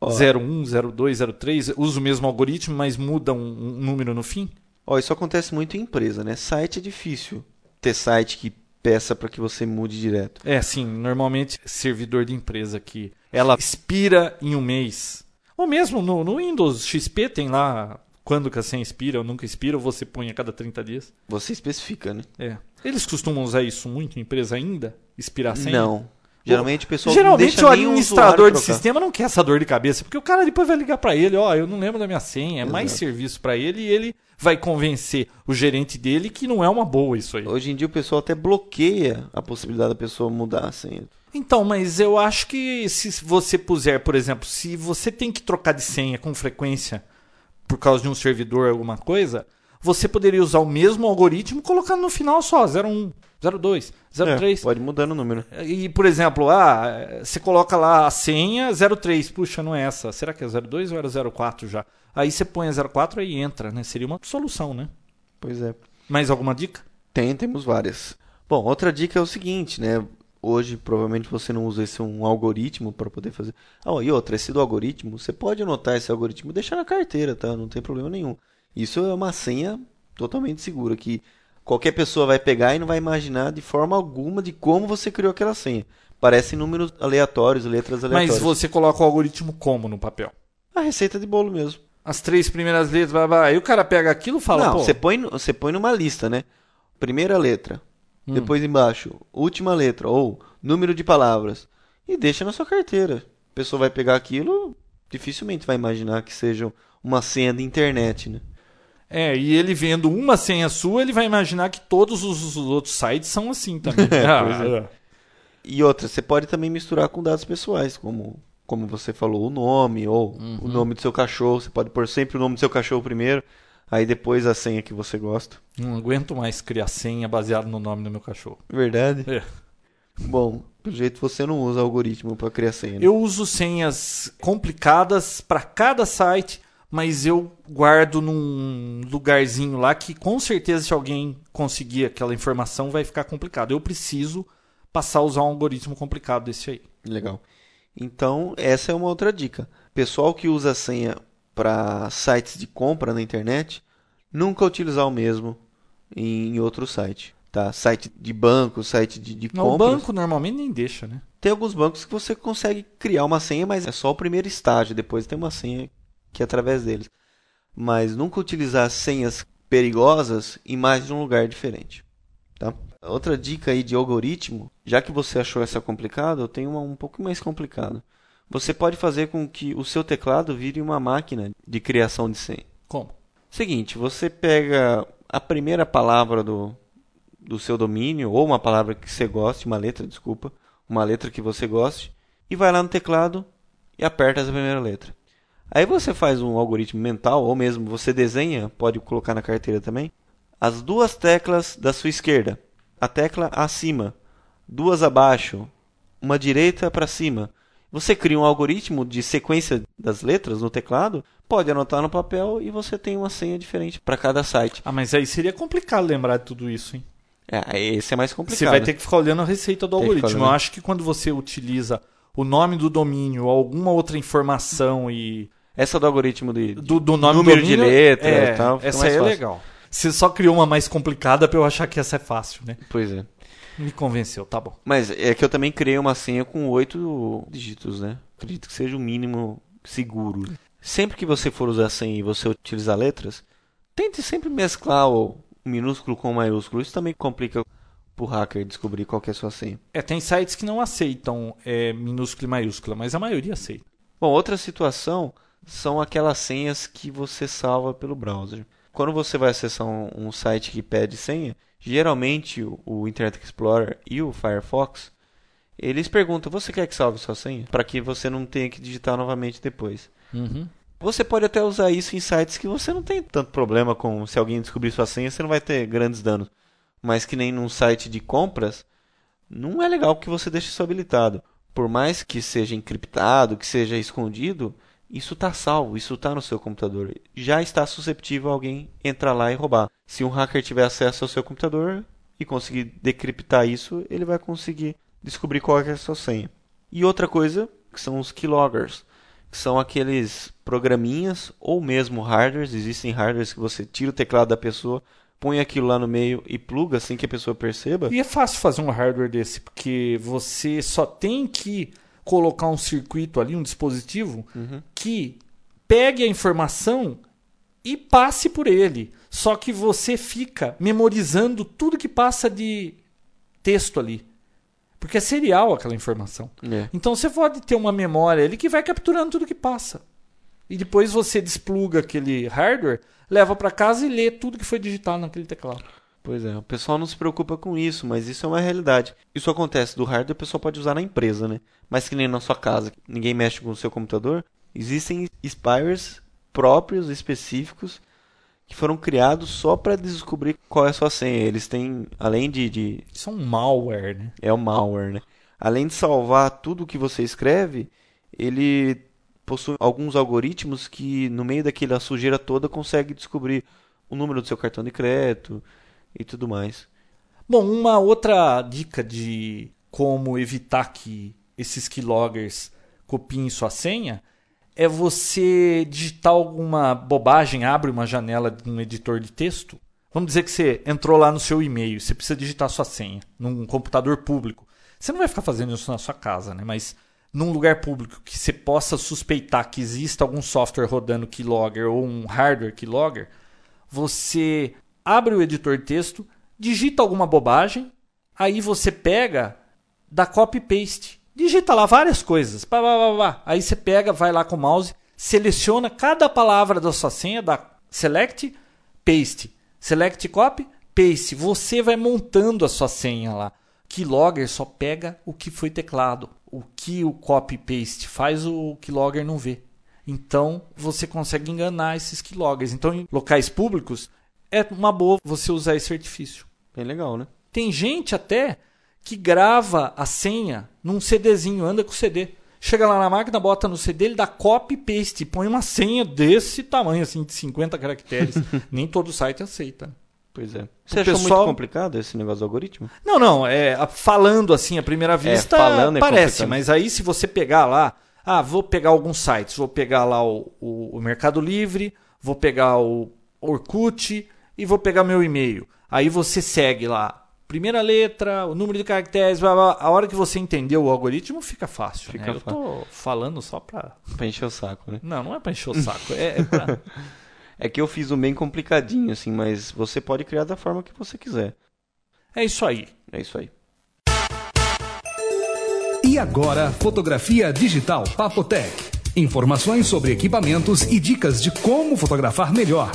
01, 02, 03? Usa o mesmo algoritmo, mas muda um número no fim? Isso acontece muito em empresa, né? Site é difícil ter site que peça para que você mude direto. Sim, normalmente servidor de empresa que ela expira em um mês. Ou mesmo no Windows XP tem lá quando que a senha expira ou nunca expira, ou você põe a cada 30 dias. Você especifica, né? Eles costumam usar isso muito em empresa ainda? Expirar a senha? Não. Geralmente o pessoal Geralmente não o deixa nem administrador de trocar. sistema não quer essa dor de cabeça, porque o cara depois vai ligar para ele, eu não lembro da minha senha, é mais serviço para ele e ele vai convencer o gerente dele que não é uma boa isso aí. Hoje em dia o pessoal até bloqueia a possibilidade da pessoa mudar a senha. Então, mas eu acho que se você puser, por exemplo, se você tem que trocar de senha com frequência por causa de um servidor alguma coisa, você poderia usar o mesmo algoritmo colocando no final só 01, 02, 03. Pode mudar o número. E, por exemplo, você coloca lá a senha 03. Puxa, não é essa. Será que é 02 ou era 04 já? Aí você põe a 04 e entra, né? Seria uma solução, né? Pois é. Mais alguma dica? Temos várias. Bom, outra dica é o seguinte, né? Hoje, provavelmente, você não usa um algoritmo para poder fazer... e outra, esse do algoritmo, você pode anotar esse algoritmo e deixar na carteira, tá? Não tem problema nenhum. Isso é uma senha totalmente segura, que qualquer pessoa vai pegar e não vai imaginar de forma alguma de como você criou aquela senha. Parecem números aleatórios, letras aleatórias. Mas você coloca o algoritmo como no papel? A receita de bolo mesmo. As 3 primeiras letras, aí o cara pega aquilo e fala... Não, você põe numa lista, né? Primeira letra, depois embaixo, última letra, ou número de palavras. E deixa na sua carteira. A pessoa vai pegar aquilo, dificilmente vai imaginar que seja uma senha de internet, né? E ele vendo uma senha sua, ele vai imaginar que todos os outros sites são assim também. E outra, você pode também misturar com dados pessoais, como você falou, o nome ou o nome do seu cachorro. Você pode pôr sempre o nome do seu cachorro primeiro, aí depois a senha que você gosta. Não aguento mais criar senha baseada no nome do meu cachorro. Verdade? Bom, pelo jeito você não usa algoritmo para criar senha, né? Eu uso senhas complicadas para cada site, mas eu guardo num lugarzinho lá que com certeza se alguém conseguir aquela informação vai ficar complicado. Eu preciso passar a usar um algoritmo complicado desse aí. Legal. Então, essa é uma outra dica. Pessoal que usa senha para sites de compra na internet, nunca utilizar o mesmo em outro site. Tá? Site de banco, site de compras. O banco normalmente nem deixa, né? Tem alguns bancos que você consegue criar uma senha, mas é só o primeiro estágio. Depois tem uma senha que é através deles. Mas nunca utilizar senhas perigosas em mais de um lugar diferente. Tá? Outra dica aí de algoritmo, já que você achou essa complicada, eu tenho uma um pouco mais complicada. Você pode fazer com que o seu teclado vire uma máquina de criação de senha. Como? Seguinte, você pega a primeira palavra do seu domínio, ou uma palavra que você goste, uma letra que você goste, e vai lá no teclado e aperta essa primeira letra. Aí você faz um algoritmo mental, ou mesmo você desenha, pode colocar na carteira também, as 2 teclas da sua esquerda. A tecla acima, 2 abaixo, uma direita para cima. Você cria um algoritmo de sequência das letras no teclado, pode anotar no papel e você tem uma senha diferente para cada site. Mas aí seria complicado lembrar de tudo isso, hein? Esse é mais complicado. Você vai ter que ficar olhando a receita do algoritmo. Eu acho que quando você utiliza o nome do domínio, alguma outra informação e... Essa do algoritmo do nome número do domínio, de letra e tal. Essa aí é legal. Você só criou uma mais complicada para eu achar que essa é fácil, né? Pois é. Me convenceu, tá bom. Mas é que eu também criei uma senha com 8 dígitos, né? Acredito que seja o mínimo seguro. Sempre que você for usar a senha e você utilizar letras, tente sempre mesclar o minúsculo com o maiúsculo. Isso também complica pro hacker descobrir qual que é a sua senha. Tem sites que não aceitam minúsculo e maiúscula, mas a maioria aceita. Bom, outra situação são aquelas senhas que você salva pelo browser. Quando você vai acessar um site que pede senha, geralmente o Internet Explorer e o Firefox, eles perguntam, você quer que salve sua senha? Para que você não tenha que digitar novamente depois. Uhum. Você pode até usar isso em sites que você não tem tanto problema com, se alguém descobrir sua senha, você não vai ter grandes danos. Mas que nem num site de compras, não é legal que você deixe isso habilitado. Por mais que seja encriptado, que seja escondido, isso está salvo, isso está no seu computador. Já está suscetível a alguém entrar lá e roubar. Se um hacker tiver acesso ao seu computador e conseguir decriptar isso, ele vai conseguir descobrir qual é a sua senha. E outra coisa, que são os keyloggers, que são aqueles programinhas ou mesmo hardwares. Existem hardwares que você tira o teclado da pessoa, põe aquilo lá no meio e pluga assim que a pessoa perceba. E é fácil fazer um hardware desse, porque você só tem que colocar um circuito ali, um dispositivo, que pegue a informação e passe por ele. Só que você fica memorizando tudo que passa de texto ali. Porque é serial aquela informação. Então você pode ter uma memória ali que vai capturando tudo que passa. E depois você despluga aquele hardware, leva para casa e lê tudo que foi digitado naquele teclado. Pois é, o pessoal não se preocupa com isso, mas isso é uma realidade. Isso acontece do hardware, o pessoal pode usar na empresa, né? Mas que nem na sua casa, ninguém mexe com o seu computador. Existem spywares próprios, específicos, que foram criados só para descobrir qual é a sua senha. Eles têm, além de... Isso é um malware, né? É um malware, né? Além de salvar tudo o que você escreve, ele possui alguns algoritmos que, no meio daquela sujeira toda, consegue descobrir o número do seu cartão de crédito e tudo mais. Bom, uma outra dica de como evitar que esses keyloggers copiem sua senha é você digitar alguma bobagem, abre uma janela de um editor de texto. Vamos dizer que você entrou lá no seu e-mail, você precisa digitar sua senha num computador público. Você não vai ficar fazendo isso na sua casa, né? Mas num lugar público que você possa suspeitar que exista algum software rodando keylogger ou um hardware keylogger, você abre o editor de texto, digita alguma bobagem, aí você pega, dá copy-paste. Digita lá várias coisas. Aí você pega, vai lá com o mouse, seleciona cada palavra da sua senha, dá select, paste. Select, copy, paste. Você vai montando a sua senha lá. Keylogger só pega o que foi teclado. O que o copy-paste faz, o keylogger não vê. Então, você consegue enganar esses keyloggers. Então, em locais públicos, é uma boa você usar esse artifício. Bem legal, né? Tem gente até que grava a senha num CDzinho, anda com o CD. Chega lá na máquina, bota no CD, ele dá copy paste, põe uma senha desse tamanho, assim, de 50 caracteres. Nem todo site aceita. Pois é. Você achou muito complicado esse negócio do algoritmo? Não. Falando assim, à primeira vista, parece. Mas aí, se você pegar lá, vou pegar alguns sites. Vou pegar lá o Mercado Livre, vou pegar o Orkut e vou pegar meu e-mail. Aí você segue lá. Primeira letra, o número de caracteres, blá, blá. A hora que você entendeu o algoritmo, fica fácil. Fica fácil. Eu tô falando só pra encher o saco, né? Não é pra encher o saco. É pra... É que eu fiz um bem complicadinho, assim, mas você pode criar da forma que você quiser. É isso aí. É isso aí. E agora, fotografia digital Papotec. Informações sobre equipamentos e dicas de como fotografar melhor.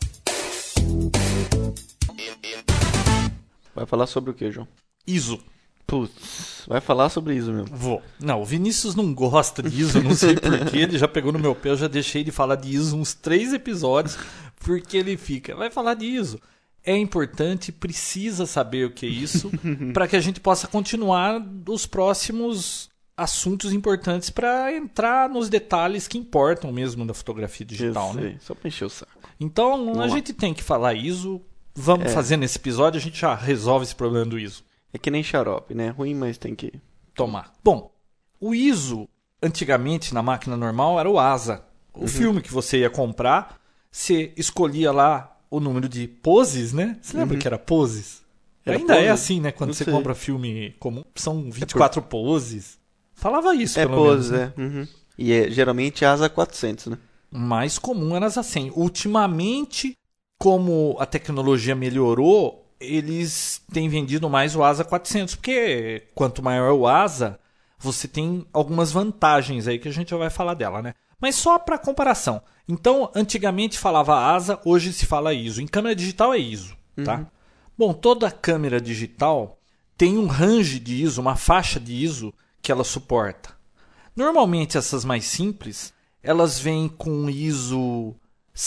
Vai falar sobre o que, João? ISO. Putz, vai falar sobre ISO mesmo. Vou. Não, o Vinícius não gosta de ISO, não sei porquê, ele já pegou no meu pé, eu já deixei de falar de ISO uns 3 episódios, porque ele fica, vai falar de ISO. É importante, precisa saber o que é isso, para que a gente possa continuar os próximos assuntos importantes para entrar nos detalhes que importam mesmo da fotografia digital, né? Só para encher o saco. Então, a gente tem que falar ISO, vamos fazer nesse episódio, a gente já resolve esse problema do ISO. É que nem xarope, né? Ruim, mas tem que tomar. Bom, o ISO, antigamente na máquina normal, era o ASA. O filme que você ia comprar, você escolhia lá o número de poses, né? Você lembra que era poses? Ainda é assim, né? Quando você compra filme comum, são 24 poses. Falava isso, pelo poses, menos. Né? E geralmente ASA 400, né? Mais comum era ASA 100. Ultimamente, como a tecnologia melhorou, eles têm vendido mais o ASA 400, porque quanto maior o ASA, você tem algumas vantagens aí que a gente já vai falar dela, né? Mas só para comparação. Então, antigamente falava ASA, hoje se fala ISO. Em câmera digital é ISO, tá? Bom, toda câmera digital tem um range de ISO, uma faixa de ISO que ela suporta. Normalmente essas mais simples, elas vêm com ISO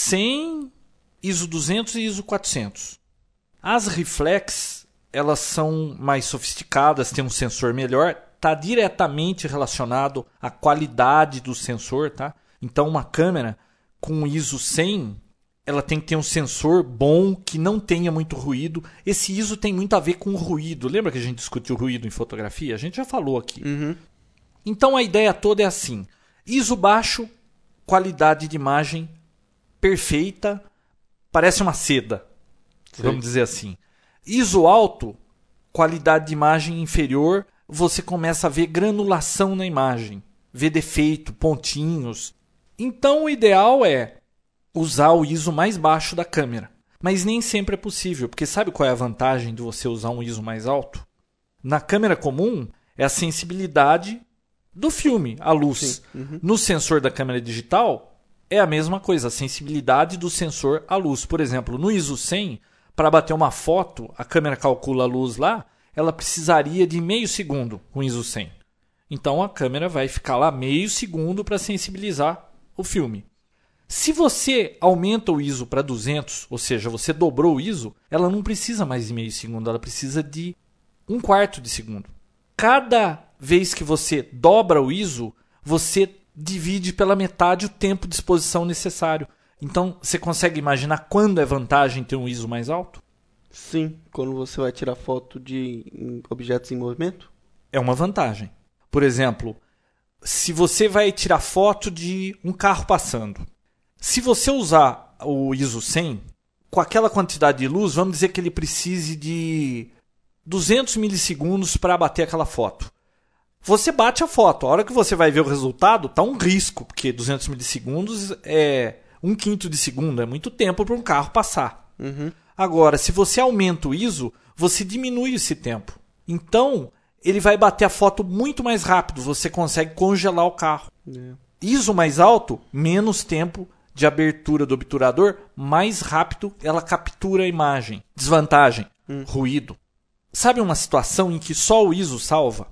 100, ISO 200 e ISO 400. As reflex, elas são mais sofisticadas, têm um sensor melhor, está diretamente relacionado à qualidade do sensor, tá? Então uma câmera com ISO 100, ela tem que ter um sensor bom, que não tenha muito ruído. Esse ISO tem muito a ver com o ruído. Lembra que a gente discutiu ruído em fotografia? A gente já falou aqui. Então a ideia toda é assim. ISO baixo, qualidade de imagem perfeita, parece uma seda. Sim. Vamos dizer assim. ISO alto, qualidade de imagem inferior, você começa a ver granulação na imagem, ver defeito, pontinhos. Então o ideal é usar o ISO mais baixo da câmera. Mas nem sempre é possível, porque sabe qual é a vantagem de você usar um ISO mais alto? Na câmera comum é a sensibilidade do filme, a luz. No sensor da câmera digital é a mesma coisa, a sensibilidade do sensor à luz. Por exemplo, no ISO 100, para bater uma foto, a câmera calcula a luz lá, ela precisaria de meio segundo com ISO 100. Então a câmera vai ficar lá meio segundo para sensibilizar o filme. Se você aumenta o ISO para 200, ou seja, você dobrou o ISO, ela não precisa mais de meio segundo, ela precisa de 1/4 de segundo. Cada vez que você dobra o ISO, você divide pela metade o tempo de exposição necessário. Então, você consegue imaginar quando é vantagem ter um ISO mais alto? Sim, quando você vai tirar foto de objetos em movimento. É uma vantagem. Por exemplo, se você vai tirar foto de um carro passando, se você usar o ISO 100, com aquela quantidade de luz, vamos dizer que ele precise de 200 milissegundos para bater aquela foto. Você bate a foto. A hora que você vai ver o resultado, está um risco, porque 200 milissegundos é 1/5 de segundo, é muito tempo para um carro passar. Agora, se você aumenta o ISO, você diminui esse tempo. Então, ele vai bater a foto muito mais rápido, você consegue congelar o carro. ISO mais alto, menos tempo de abertura do obturador, mais rápido ela captura a imagem. Desvantagem, ruído. Sabe uma situação em que só o ISO salva?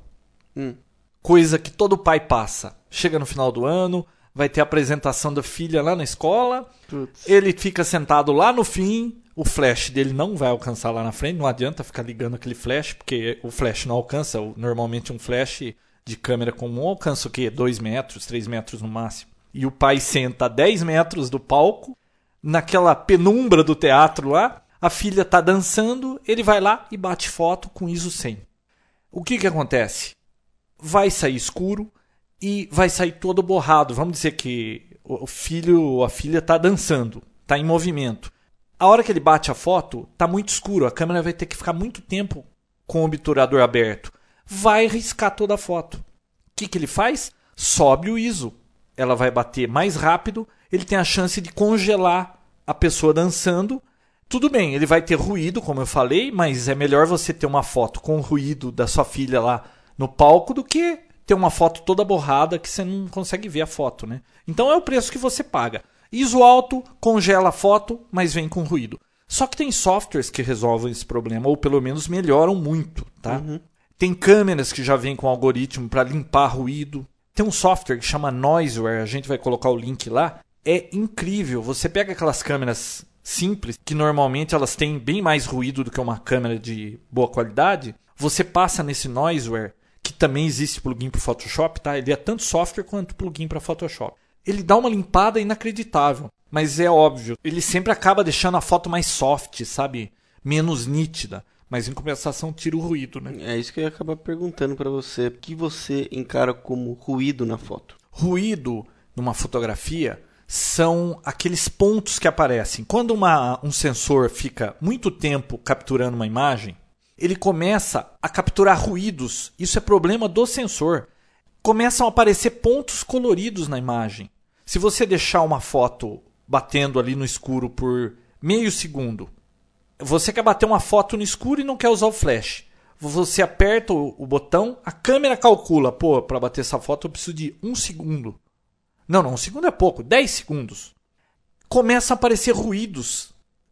Coisa que todo pai passa. Chega no final do ano, vai ter a apresentação da filha lá na escola, ele fica sentado lá no fim, o flash dele não vai alcançar lá na frente, não adianta ficar ligando aquele flash, porque o flash não alcança, normalmente um flash de câmera comum alcança o quê? 2 metros, 3 metros no máximo. E o pai senta a 10 metros do palco, naquela penumbra do teatro lá, a filha está dançando, ele vai lá e bate foto com ISO 100. O que acontece? Vai sair escuro e vai sair todo borrado. Vamos dizer que o filho ou a filha está dançando, está em movimento. A hora que ele bate a foto, está muito escuro. A câmera vai ter que ficar muito tempo com o obturador aberto. Vai riscar toda a foto. O que ele faz? Sobe o ISO. Ela vai bater mais rápido. Ele tem a chance de congelar a pessoa dançando. Tudo bem, ele vai ter ruído, como eu falei, mas é melhor você ter uma foto com o ruído da sua filha lá no palco do que ter uma foto toda borrada que você não consegue ver a foto, né? Então é o preço que você paga. ISO alto, congela a foto, mas vem com ruído. Só que tem softwares que resolvem esse problema, ou pelo menos melhoram muito, tá? Tem câmeras que já vêm com algoritmo para limpar ruído. Tem um software que chama Noiseware, a gente vai colocar o link lá. É incrível, você pega aquelas câmeras simples, que normalmente elas têm bem mais ruído do que uma câmera de boa qualidade, você passa nesse Noiseware, que também existe plugin para o Photoshop, tá? Ele é tanto software quanto plugin para Photoshop. Ele dá uma limpada inacreditável, mas é óbvio, ele sempre acaba deixando a foto mais soft, sabe? Menos nítida, mas em compensação tira o ruído, né? É isso que eu ia acabar perguntando para você. O que você encara como ruído na foto? Ruído numa fotografia são aqueles pontos que aparecem. Quando um sensor fica muito tempo capturando uma imagem, ele começa a capturar ruídos. Isso é problema do sensor. Começam a aparecer pontos coloridos na imagem. Se você deixar uma foto batendo ali no escuro por meio segundo, você quer bater uma foto no escuro e não quer usar o flash. Você aperta o botão, a câmera calcula, pô, para bater essa foto eu preciso de 1 segundo. Não, 1 segundo é pouco, 10 segundos. Começa a aparecer ruídos.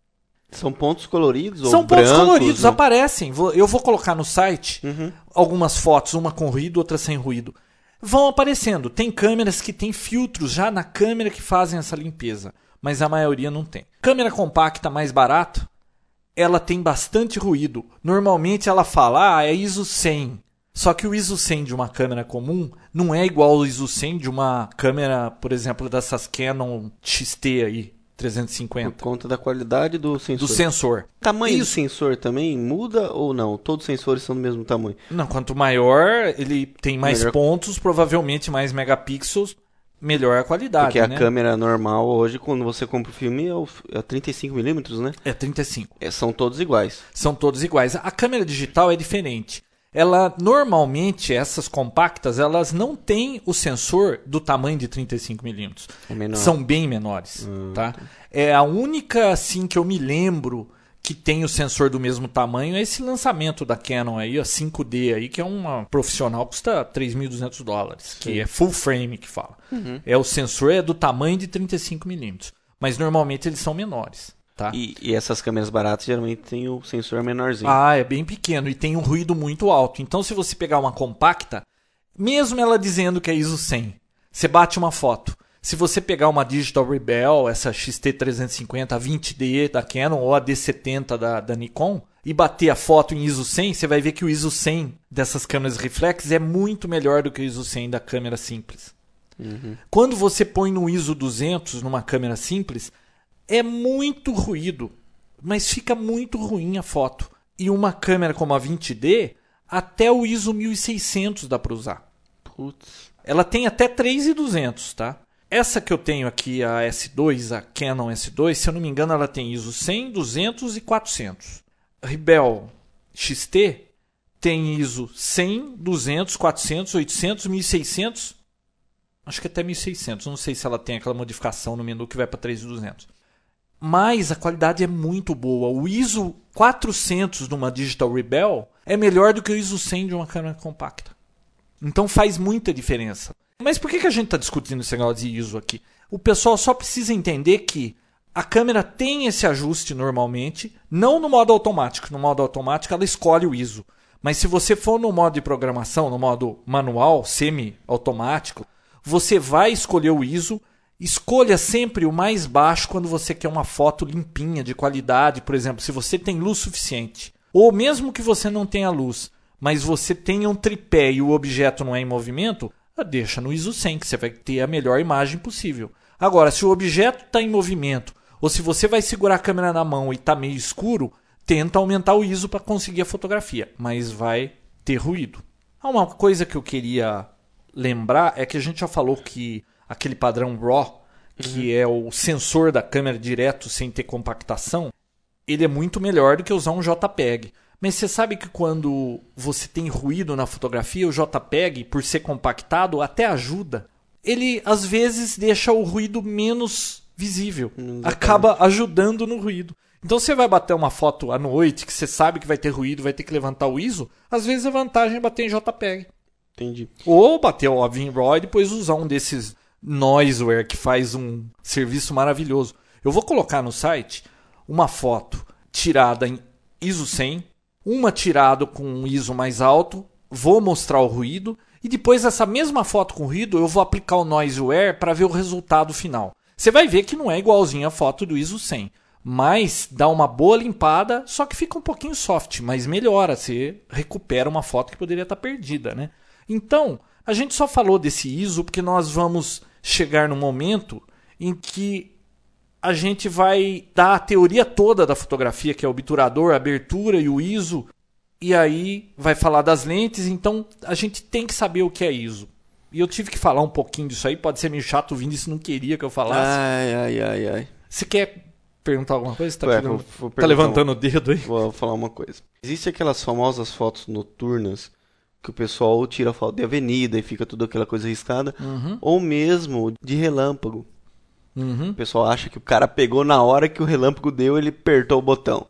São pontos coloridos ou São brancos? Pontos coloridos, né? aparecem. Eu vou colocar no site algumas fotos, uma com ruído, outra sem ruído. Vão aparecendo. Tem câmeras que tem filtros já na câmera que fazem essa limpeza, mas a maioria não tem. Câmera compacta mais barata, ela tem bastante ruído. Normalmente ela fala, é ISO 100. Só que o ISO 100 de uma câmera comum não é igual ao ISO 100 de uma câmera, por exemplo, dessas Canon XT aí, 350. Por conta da qualidade do sensor. Do sensor. Tamanho do sensor também muda ou não? Todos os sensores são do mesmo tamanho? Não, quanto maior, ele tem mais pontos, provavelmente mais megapixels, melhor a qualidade. Porque a né? câmera normal hoje, quando você compra o filme, é 35mm, né? É 35. São todos iguais. São todos iguais. A câmera digital é diferente. Ela, normalmente, essas compactas, elas não têm o sensor do tamanho de 35mm. É menor. São bem menores. Tá? É a única, assim, que eu me lembro que tem o sensor do mesmo tamanho é esse lançamento da Canon aí, a 5D aí, que é uma profissional, custa $3.200, que é full frame que fala. O sensor é do tamanho de 35mm, mas normalmente eles são menores. Tá? E essas câmeras baratas geralmente tem o sensor menorzinho. Ah, é bem pequeno e tem um ruído muito alto. Então, se você pegar uma compacta, mesmo ela dizendo que é ISO 100, você bate uma foto. Se você pegar uma Digital Rebel, essa XT350, a 20D da Canon ou a D70 da Nikon, e bater a foto em ISO 100, você vai ver que o ISO 100 dessas câmeras reflex é muito melhor do que o ISO 100 da câmera simples. Quando você põe no ISO 200 numa câmera simples, é muito ruído, mas fica muito ruim a foto. E uma câmera como a 20D, até o ISO 1600 dá para usar. Putz. Ela tem até 3200, tá? Essa que eu tenho aqui, a S2, a Canon S2, se eu não me engano, ela tem ISO 100, 200 e 400. A Rebel XT tem ISO 100, 200, 400, 800, 1600. Acho que até 1600. Não sei se ela tem aquela modificação no menu que vai para 3200. Mas a qualidade é muito boa. O ISO 400 de uma Digital Rebel é melhor do que o ISO 100 de uma câmera compacta. Então faz muita diferença. Mas por que a gente está discutindo esse negócio de ISO aqui? O pessoal só precisa entender que a câmera tem esse ajuste normalmente, não no modo automático. No modo automático ela escolhe o ISO. Mas se você for no modo de programação, no modo manual, semi-automático, você vai escolher o ISO. Escolha sempre o mais baixo quando você quer uma foto limpinha, de qualidade. Por exemplo, se você tem luz suficiente. Ou mesmo que você não tenha luz, mas você tenha um tripé e o objeto não é em movimento, deixa no ISO 100, que você vai ter a melhor imagem possível. Agora, se o objeto está em movimento, ou se você vai segurar a câmera na mão e está meio escuro, tenta aumentar o ISO para conseguir a fotografia, mas vai ter ruído. Uma coisa que eu queria lembrar é que a gente já falou que aquele padrão RAW, que é o sensor da câmera direto sem ter compactação, ele é muito melhor do que usar um JPEG. Mas você sabe que quando você tem ruído na fotografia, o JPEG, por ser compactado, até ajuda. Ele, às vezes, deixa o ruído menos visível. Acaba ajudando no ruído. Então, você vai bater uma foto à noite, que você sabe que vai ter ruído, vai ter que levantar o ISO, às vezes a vantagem é bater em JPEG. Entendi. Ou bater óbvio em RAW e depois usar um desses Noiseware que faz um serviço maravilhoso. Eu vou colocar no site uma foto tirada em ISO 100, uma tirada com um ISO mais alto, vou mostrar o ruído e depois essa mesma foto com ruído eu vou aplicar o Noiseware para ver o resultado final. Você vai ver que não é igualzinho a foto do ISO 100, mas dá uma boa limpada, só que fica um pouquinho soft, mas melhora, você recupera uma foto que poderia estar perdida, né? Então, a gente só falou desse ISO porque nós vamos chegar no momento em que a gente vai dar a teoria toda da fotografia, que é o obturador, a abertura e o ISO, e aí vai falar das lentes, então a gente tem que saber o que é ISO. E eu tive que falar um pouquinho disso aí, pode ser meio chato ouvindo, isso não queria que eu falasse. Ai. Você quer perguntar alguma coisa? Você vou tá levantando o dedo aí? Vou falar uma coisa. Existem aquelas famosas fotos noturnas que o pessoal tira foto de avenida e fica tudo aquela coisa riscada, ou mesmo de relâmpago. O pessoal acha que o cara pegou na hora que o relâmpago deu, ele apertou o botão.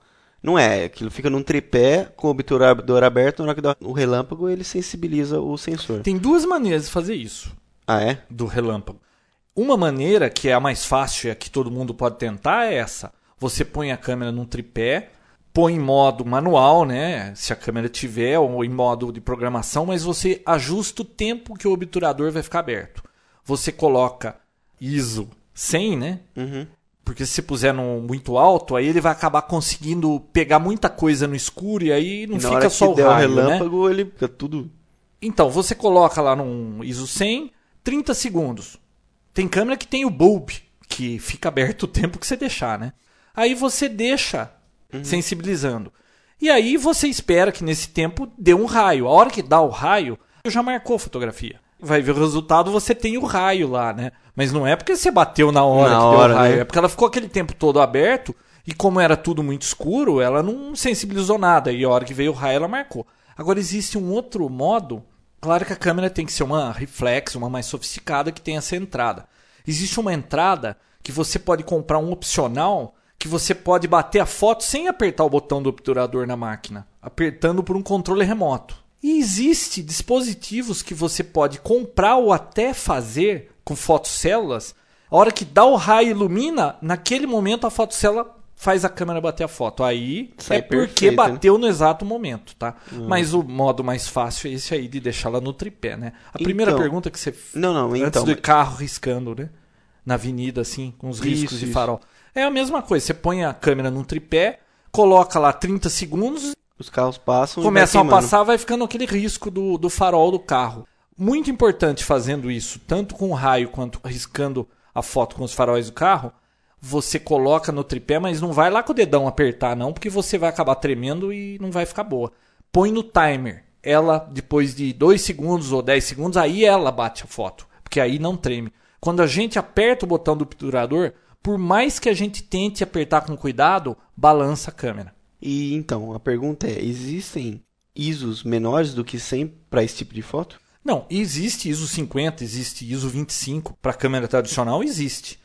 Não é, aquilo fica num tripé com o obturador aberto, na hora que dá o relâmpago ele sensibiliza o sensor. Tem duas maneiras de fazer isso. Ah, é? Do relâmpago. Uma maneira, que é a mais fácil e a que todo mundo pode tentar, é essa. Você põe a câmera num tripé, põe em modo manual, né? Se a câmera tiver, ou em modo de programação, mas você ajusta o tempo que o obturador vai ficar aberto. Você coloca ISO 100, né? Uhum. Porque se você puser no muito alto, aí ele vai acabar conseguindo pegar muita coisa no escuro e aí não fica só o raio, o relâmpago, ele fica tudo... Então, você coloca lá num ISO 100, 30 segundos. Tem câmera que tem o bulb, que fica aberto o tempo que você deixar, né? Aí você deixa sensibilizando. E aí você espera que nesse tempo dê um raio. A hora que dá o raio, já marcou a fotografia. Vai ver o resultado, você tem o raio lá, né? Mas não é porque você bateu na hora que deu o raio. Né? É porque ela ficou aquele tempo todo aberto e como era tudo muito escuro, ela não sensibilizou nada. E a hora que veio o raio, ela marcou. Agora existe um outro modo. Claro que a câmera tem que ser uma reflex, uma mais sofisticada que tem essa entrada. Existe uma entrada que você pode comprar um opcional que você pode bater a foto sem apertar o botão do obturador na máquina, apertando por um controle remoto. E existe dispositivos que você pode comprar ou até fazer com fotocélulas. A hora que dá o raio e ilumina, naquele momento a fotocélula faz a câmera bater a foto. Aí sai é porque perfeito, bateu no exato momento, tá? Mas o modo mais fácil é esse aí de deixá-la no tripé, né? A primeira pergunta que você... Antes do carro riscando, né? Na avenida, assim, com os riscos de farol. É a mesma coisa. Você põe a câmera num tripé, coloca lá 30 segundos... Os carros passam começam a passar, vai ficando aquele risco do farol do carro. Muito importante fazendo isso, tanto com o raio quanto riscando a foto com os faróis do carro, você coloca no tripé, mas não vai lá com o dedão apertar não, porque você vai acabar tremendo e não vai ficar boa. Põe no timer. Ela, depois de 2 segundos ou 10 segundos, aí ela bate a foto, porque aí não treme. Quando a gente aperta o botão do obturador, por mais que a gente tente apertar com cuidado, balança a câmera. E então, a pergunta é, existem ISOs menores do que 100 para esse tipo de foto? Não, existe ISO 50, existe ISO 25, para câmera tradicional existe.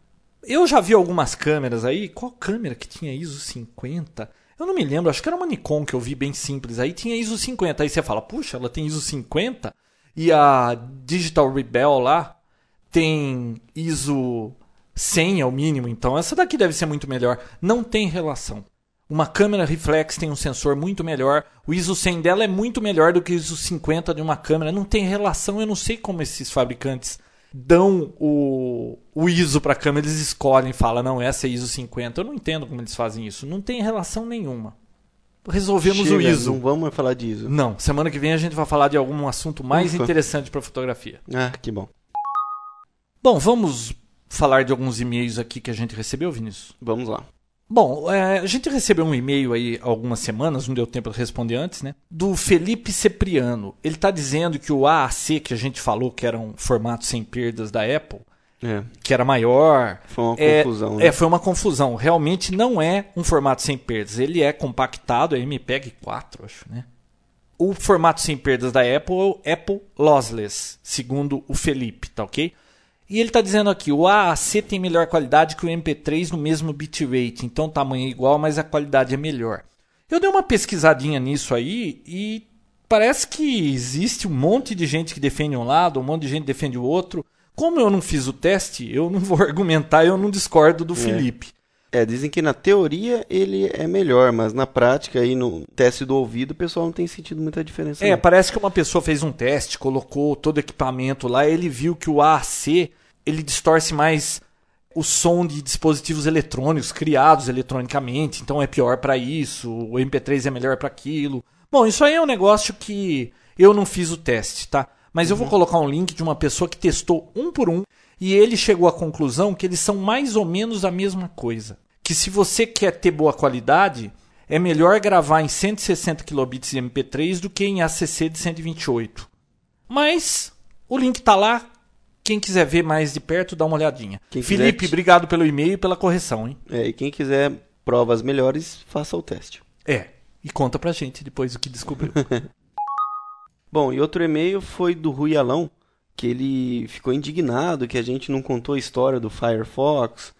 Eu já vi algumas câmeras aí, qual câmera que tinha ISO 50? Eu não me lembro, acho que era uma Nikon que eu vi bem simples, aí tinha ISO 50, aí você fala, puxa, ela tem ISO 50? E a Digital Rebel lá tem ISO 100 é o mínimo, então essa daqui deve ser muito melhor. Não tem relação. Uma câmera reflex tem um sensor muito melhor. O ISO 100 dela é muito melhor do que o ISO 50 de uma câmera. Não tem relação. Eu não sei como esses fabricantes dão o ISO para a câmera. Eles escolhem e falam, não, essa é ISO 50. Eu não entendo como eles fazem isso. Não tem relação nenhuma. Resolvemos o ISO. Não vamos falar de ISO. Não. Semana que vem a gente vai falar de algum assunto mais interessante para fotografia. Ah, que bom. Bom, vamos falar de alguns e-mails aqui que a gente recebeu, Vinícius? Vamos lá. Bom, a gente recebeu um e-mail aí há algumas semanas, não deu tempo de responder antes, né? Do Felipe Cipriano. Ele está dizendo que o AAC, que a gente falou que era um formato sem perdas da Apple, que era maior... Foi uma confusão. Né? Foi uma confusão. Realmente não é um formato sem perdas. Ele é compactado, é MPEG 4, acho, né? O formato sem perdas da Apple é o Apple Lossless, segundo o Felipe, tá ok? E ele está dizendo aqui, o AAC tem melhor qualidade que o MP3 no mesmo bitrate, então o tamanho é igual, mas a qualidade é melhor. Eu dei uma pesquisadinha nisso aí e parece que existe um monte de gente que defende um lado, um monte de gente que defende o outro. Como eu não fiz o teste, eu não vou argumentar, eu não discordo do Felipe. Dizem que na teoria ele é melhor, mas na prática, aí no teste do ouvido, o pessoal não tem sentido muita diferença. Não. Parece que uma pessoa fez um teste, colocou todo o equipamento lá, ele viu que o AAC ele distorce mais o som de dispositivos eletrônicos criados eletronicamente, então é pior para isso, o MP3 é melhor para aquilo. Bom, isso aí é um negócio que eu não fiz o teste, tá? Mas eu vou colocar um link de uma pessoa que testou um por um e ele chegou à conclusão que eles são mais ou menos a mesma coisa. Que se você quer ter boa qualidade, é melhor gravar em 160 kilobits de MP3 do que em ACC de 128. Mas o link tá lá. Quem quiser ver mais de perto, dá uma olhadinha. Felipe, obrigado pelo e-mail e pela correção, hein? E quem quiser provas melhores, faça o teste. E conta pra gente depois o que descobriu. Bom, e outro e-mail foi do Rui Alão, que ele ficou indignado que a gente não contou a história do Firefox,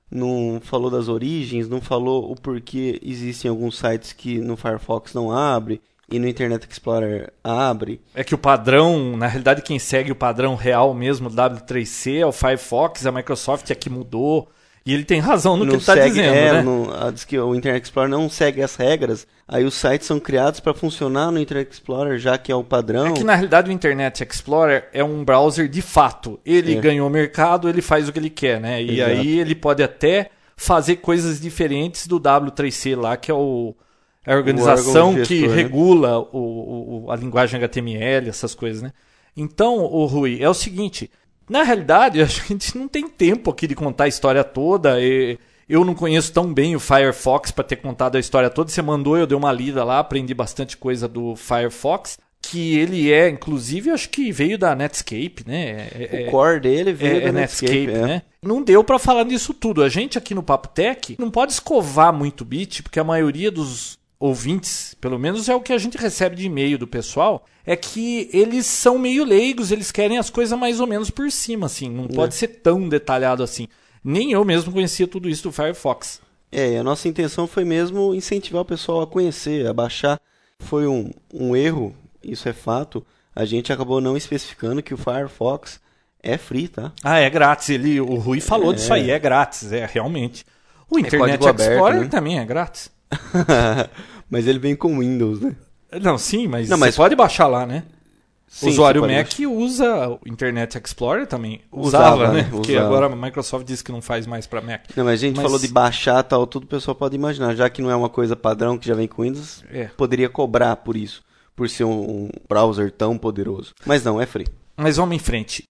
não falou das origens, não falou o porquê existem alguns sites que no Firefox não abre e no Internet Explorer abre. É que o padrão, na realidade quem segue o padrão real mesmo, W3C, é o Firefox, a Microsoft é que mudou. E ele tem razão no que ele está dizendo, né? Diz que o Internet Explorer não segue as regras. Aí os sites são criados para funcionar no Internet Explorer, já que é o padrão. É que na realidade o Internet Explorer é um browser de fato. Ele ganhou o mercado, ele faz o que ele quer, né? E Exato. aí ele pode até fazer coisas diferentes do W3C lá, que é a organização que regula a linguagem HTML, essas coisas, né? Então, Rui, é o seguinte... Na realidade, a gente não tem tempo aqui de contar a história toda. Eu não conheço tão bem o Firefox para ter contado a história toda. Você mandou, eu dei uma lida lá, aprendi bastante coisa do Firefox. Que ele inclusive, acho que veio da Netscape, né? O core dele veio da Netscape, né? Não deu para falar disso tudo. A gente aqui no Papo Tech não pode escovar muito bit, porque a maioria dos ouvintes, pelo menos é o que a gente recebe de e-mail do pessoal, é que eles são meio leigos, eles querem as coisas mais ou menos por cima, assim, não pode ser tão detalhado assim. Nem eu mesmo conhecia tudo isso do Firefox. E a nossa intenção foi mesmo incentivar o pessoal a conhecer, a baixar. Foi um erro, isso é fato, a gente acabou não especificando que o Firefox é free, tá? É grátis, o Rui falou disso aí, é grátis, realmente. O Internet Explorer né? Também é grátis. Mas ele vem com Windows, né? Não, sim, mas você pode baixar lá, né? Sim, o usuário Mac usa o Internet Explorer também. Usava, né? Porque agora a Microsoft disse que não faz mais para Mac. Não, mas a gente falou de baixar tal, tudo o pessoal pode imaginar. Já que não é uma coisa padrão que já vem com Windows, poderia cobrar por isso. Por ser um browser tão poderoso. Mas não, é free. Mas vamos em frente.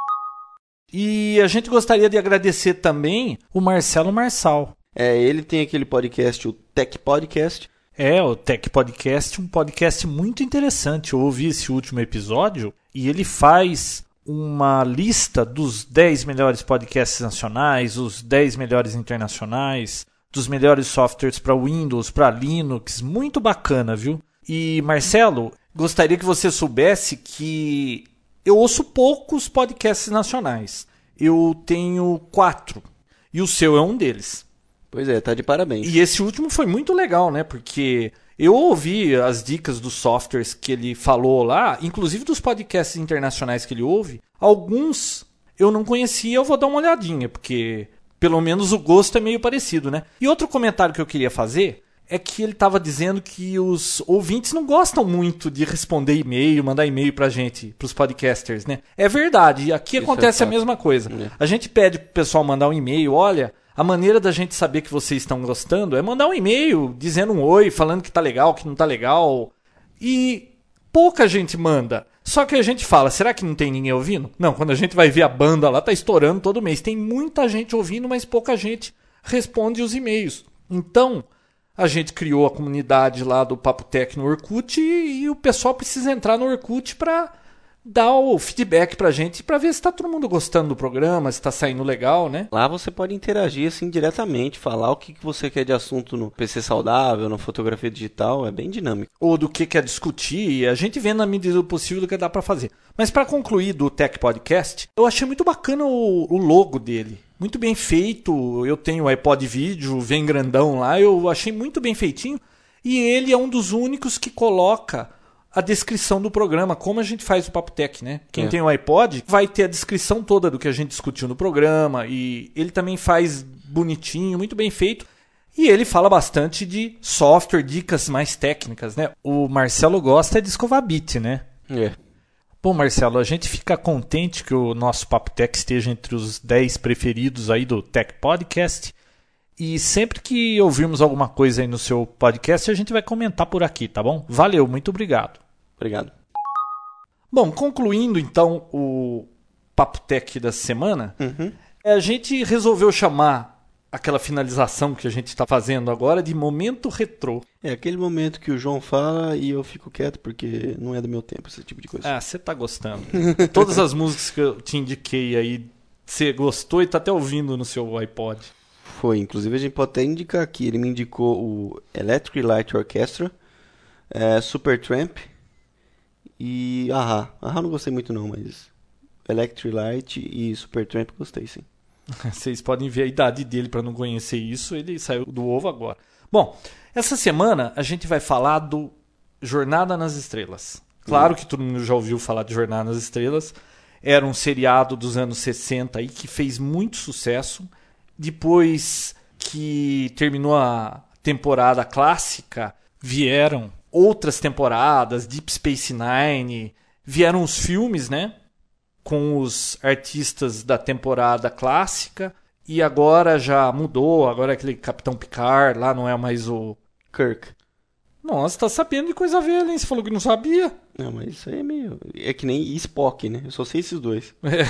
E a gente gostaria de agradecer também o Marcelo Marçal. Ele tem aquele podcast, o Tech Podcast. O Tech Podcast, um podcast muito interessante. Eu ouvi esse último episódio e ele faz uma lista dos 10 melhores podcasts nacionais, os 10 melhores internacionais, dos melhores softwares para Windows, para Linux. Muito bacana, viu? E, Marcelo, gostaria que você soubesse que eu ouço poucos podcasts nacionais. Eu tenho 4 e o seu é um deles. Pois é, tá de parabéns. E esse último foi muito legal, né? Porque eu ouvi as dicas dos softwares que ele falou lá, inclusive dos podcasts internacionais que ele ouve. Alguns eu não conhecia, eu vou dar uma olhadinha, porque pelo menos o gosto é meio parecido, né? E outro comentário que eu queria fazer é que ele estava dizendo que os ouvintes não gostam muito de responder e-mail, mandar e-mail pra gente, pros podcasters, né? É verdade, aqui acontece a mesma coisa. A gente pede pro pessoal mandar um e-mail, olha... A maneira da gente saber que vocês estão gostando é mandar um e-mail dizendo um oi, falando que tá legal, que não tá legal. E pouca gente manda. Só que a gente fala, será que não tem ninguém ouvindo? Não, quando a gente vai ver a banda lá, tá estourando todo mês. Tem muita gente ouvindo, mas pouca gente responde os e-mails. Então, a gente criou a comunidade lá do Papo Tech no Orkut e o pessoal precisa entrar no Orkut para dar o feedback pra gente, pra ver se tá todo mundo gostando do programa, se tá saindo legal, né? Lá você pode interagir assim diretamente, falar o que você quer de assunto no PC saudável, na fotografia digital, é bem dinâmico. Ou do que quer discutir, e a gente vê na medida do possível do que dá pra fazer. Mas pra concluir do Tech Podcast, eu achei muito bacana o logo dele. Muito bem feito, eu tenho o iPod Vídeo, vem grandão lá, eu achei muito bem feitinho. E ele é um dos únicos que coloca a descrição do programa, como a gente faz o Papo Tech, né? Quem tem o iPod vai ter a descrição toda do que a gente discutiu no programa, e ele também faz bonitinho, muito bem feito. E ele fala bastante de software, dicas mais técnicas, né? O Marcelo gosta de escovar bit, né? Bom, Marcelo, a gente fica contente que o nosso Papo Tech esteja entre os 10 preferidos aí do Tech Podcast. E sempre que ouvirmos alguma coisa aí no seu podcast, a gente vai comentar por aqui, tá bom? Valeu, muito obrigado. Obrigado. Bom, concluindo então o Papo Tech da semana, a gente resolveu chamar aquela finalização que a gente está fazendo agora de momento retrô. É aquele momento que o João fala e eu fico quieto porque não é do meu tempo esse tipo de coisa. Você tá gostando. Todas as músicas que eu te indiquei aí, você gostou e tá até ouvindo no seu iPod. Foi, inclusive a gente pode até indicar aqui, ele me indicou o Electric Light Orchestra, Supertramp e Ahá. Ahá não gostei muito não, mas Electric Light e Supertramp gostei sim. Vocês podem ver a idade dele para não conhecer isso. Ele saiu do ovo agora. Bom, essa semana a gente vai falar do Jornada nas Estrelas. Claro que todo mundo já ouviu falar de Jornada nas Estrelas. Era um seriado dos anos 60 aí que fez muito sucesso. Depois que terminou a temporada clássica, vieram outras temporadas, Deep Space Nine, vieram os filmes, né? Com os artistas da temporada clássica. E agora já mudou, agora é aquele Capitão Picard, lá não é mais o Kirk. Nossa, tá sabendo de coisa velha, hein? Você falou que não sabia. Não, mas isso aí é meio... É que nem Spock, né? Eu só sei esses dois. É.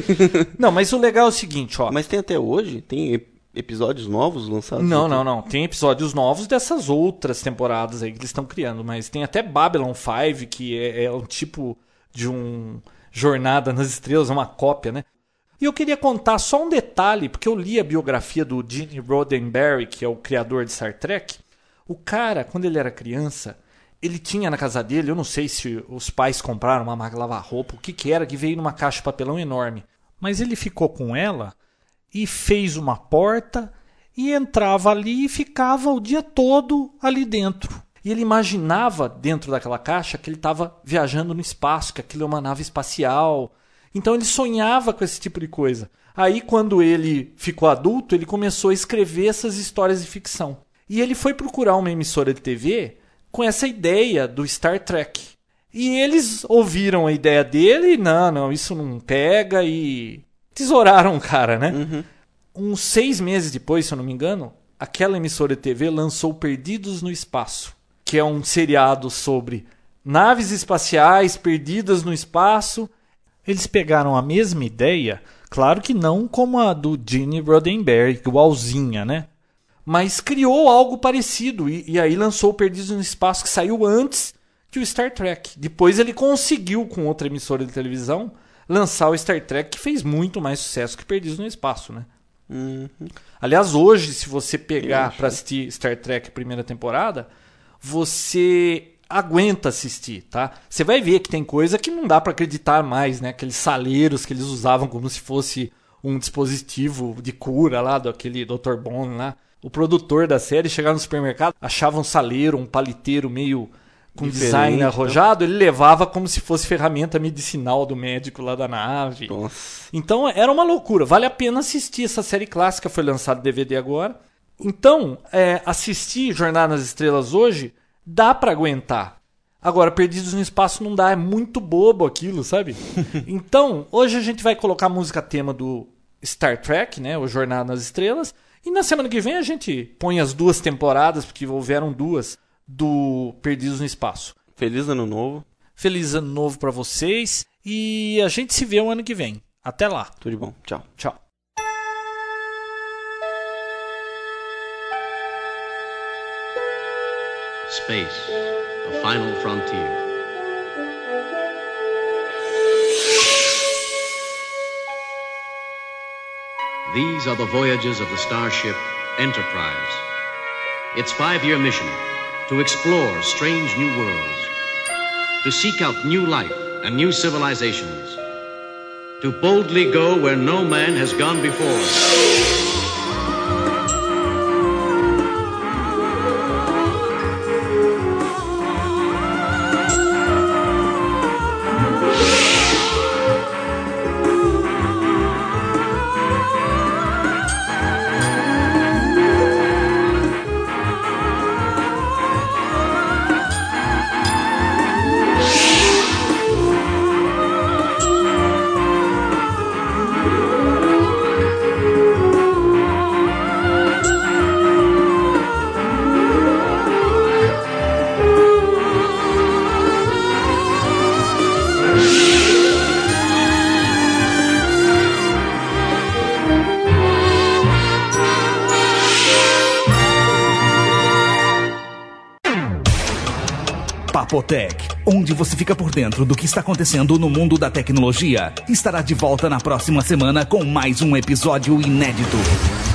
Não, mas o legal é o seguinte, ó. Mas tem até hoje? Tem episódios novos lançados? Não. Tem episódios novos dessas outras temporadas aí que eles estão criando. Mas tem até Babylon 5, que é um tipo de um Jornada nas Estrelas, uma cópia, né? E eu queria contar só um detalhe, porque eu li a biografia do Gene Roddenberry, que é o criador de Star Trek. O cara, quando ele era criança, ele tinha na casa dele, eu não sei se os pais compraram uma máquina de lavar roupa, o que era, que veio numa caixa de papelão enorme. Mas ele ficou com ela e fez uma porta e entrava ali e ficava o dia todo ali dentro. E ele imaginava dentro daquela caixa que ele estava viajando no espaço, que aquilo é uma nave espacial. Então ele sonhava com esse tipo de coisa. Aí quando ele ficou adulto, ele começou a escrever essas histórias de ficção. E ele foi procurar uma emissora de TV com essa ideia do Star Trek. E eles ouviram a ideia dele e não, isso não pega, e tesouraram o cara, né? Uhum. Uns 6 meses depois, se eu não me engano, aquela emissora de TV lançou Perdidos no Espaço, que é um seriado sobre naves espaciais perdidas no espaço. Eles pegaram a mesma ideia, claro que não como a do Gene Roddenberry, igualzinha, né? Mas criou algo parecido e aí lançou o Perdidos no Espaço, que saiu antes que o Star Trek. Depois ele conseguiu, com outra emissora de televisão, lançar o Star Trek, que fez muito mais sucesso que Perdidos no Espaço, né? Uhum. Aliás, hoje, se você pegar para assistir Star Trek primeira temporada, você aguenta assistir, tá? Você vai ver que tem coisa que não dá para acreditar mais, né? Aqueles saleiros que eles usavam como se fosse um dispositivo de cura lá, daquele Dr. Bond lá. O produtor da série chegava no supermercado, achava um saleiro, um paliteiro meio com design arrojado, ele levava como se fosse ferramenta medicinal do médico lá da nave. Nossa. Então era uma loucura, vale a pena assistir. Essa série clássica foi lançada em DVD agora. Então, assistir Jornada nas Estrelas hoje dá pra aguentar. Agora, Perdidos no Espaço não dá, é muito bobo aquilo, sabe? Então, hoje a gente vai colocar a música tema do Star Trek, né, o Jornada nas Estrelas. E na semana que vem a gente põe as 2 temporadas, porque houveram 2, do Perdidos no Espaço. Feliz Ano Novo. Feliz Ano Novo pra vocês. E a gente se vê o ano que vem. Até lá. Tudo de bom. Tchau. Tchau. Space, the final frontier. These are the voyages of the starship Enterprise. Its 5-year mission, to explore strange new worlds, to seek out new life and new civilizations, to boldly go where no man has gone before. Papotec, onde você fica por dentro do que está acontecendo no mundo da tecnologia, estará de volta na próxima semana com mais um episódio inédito.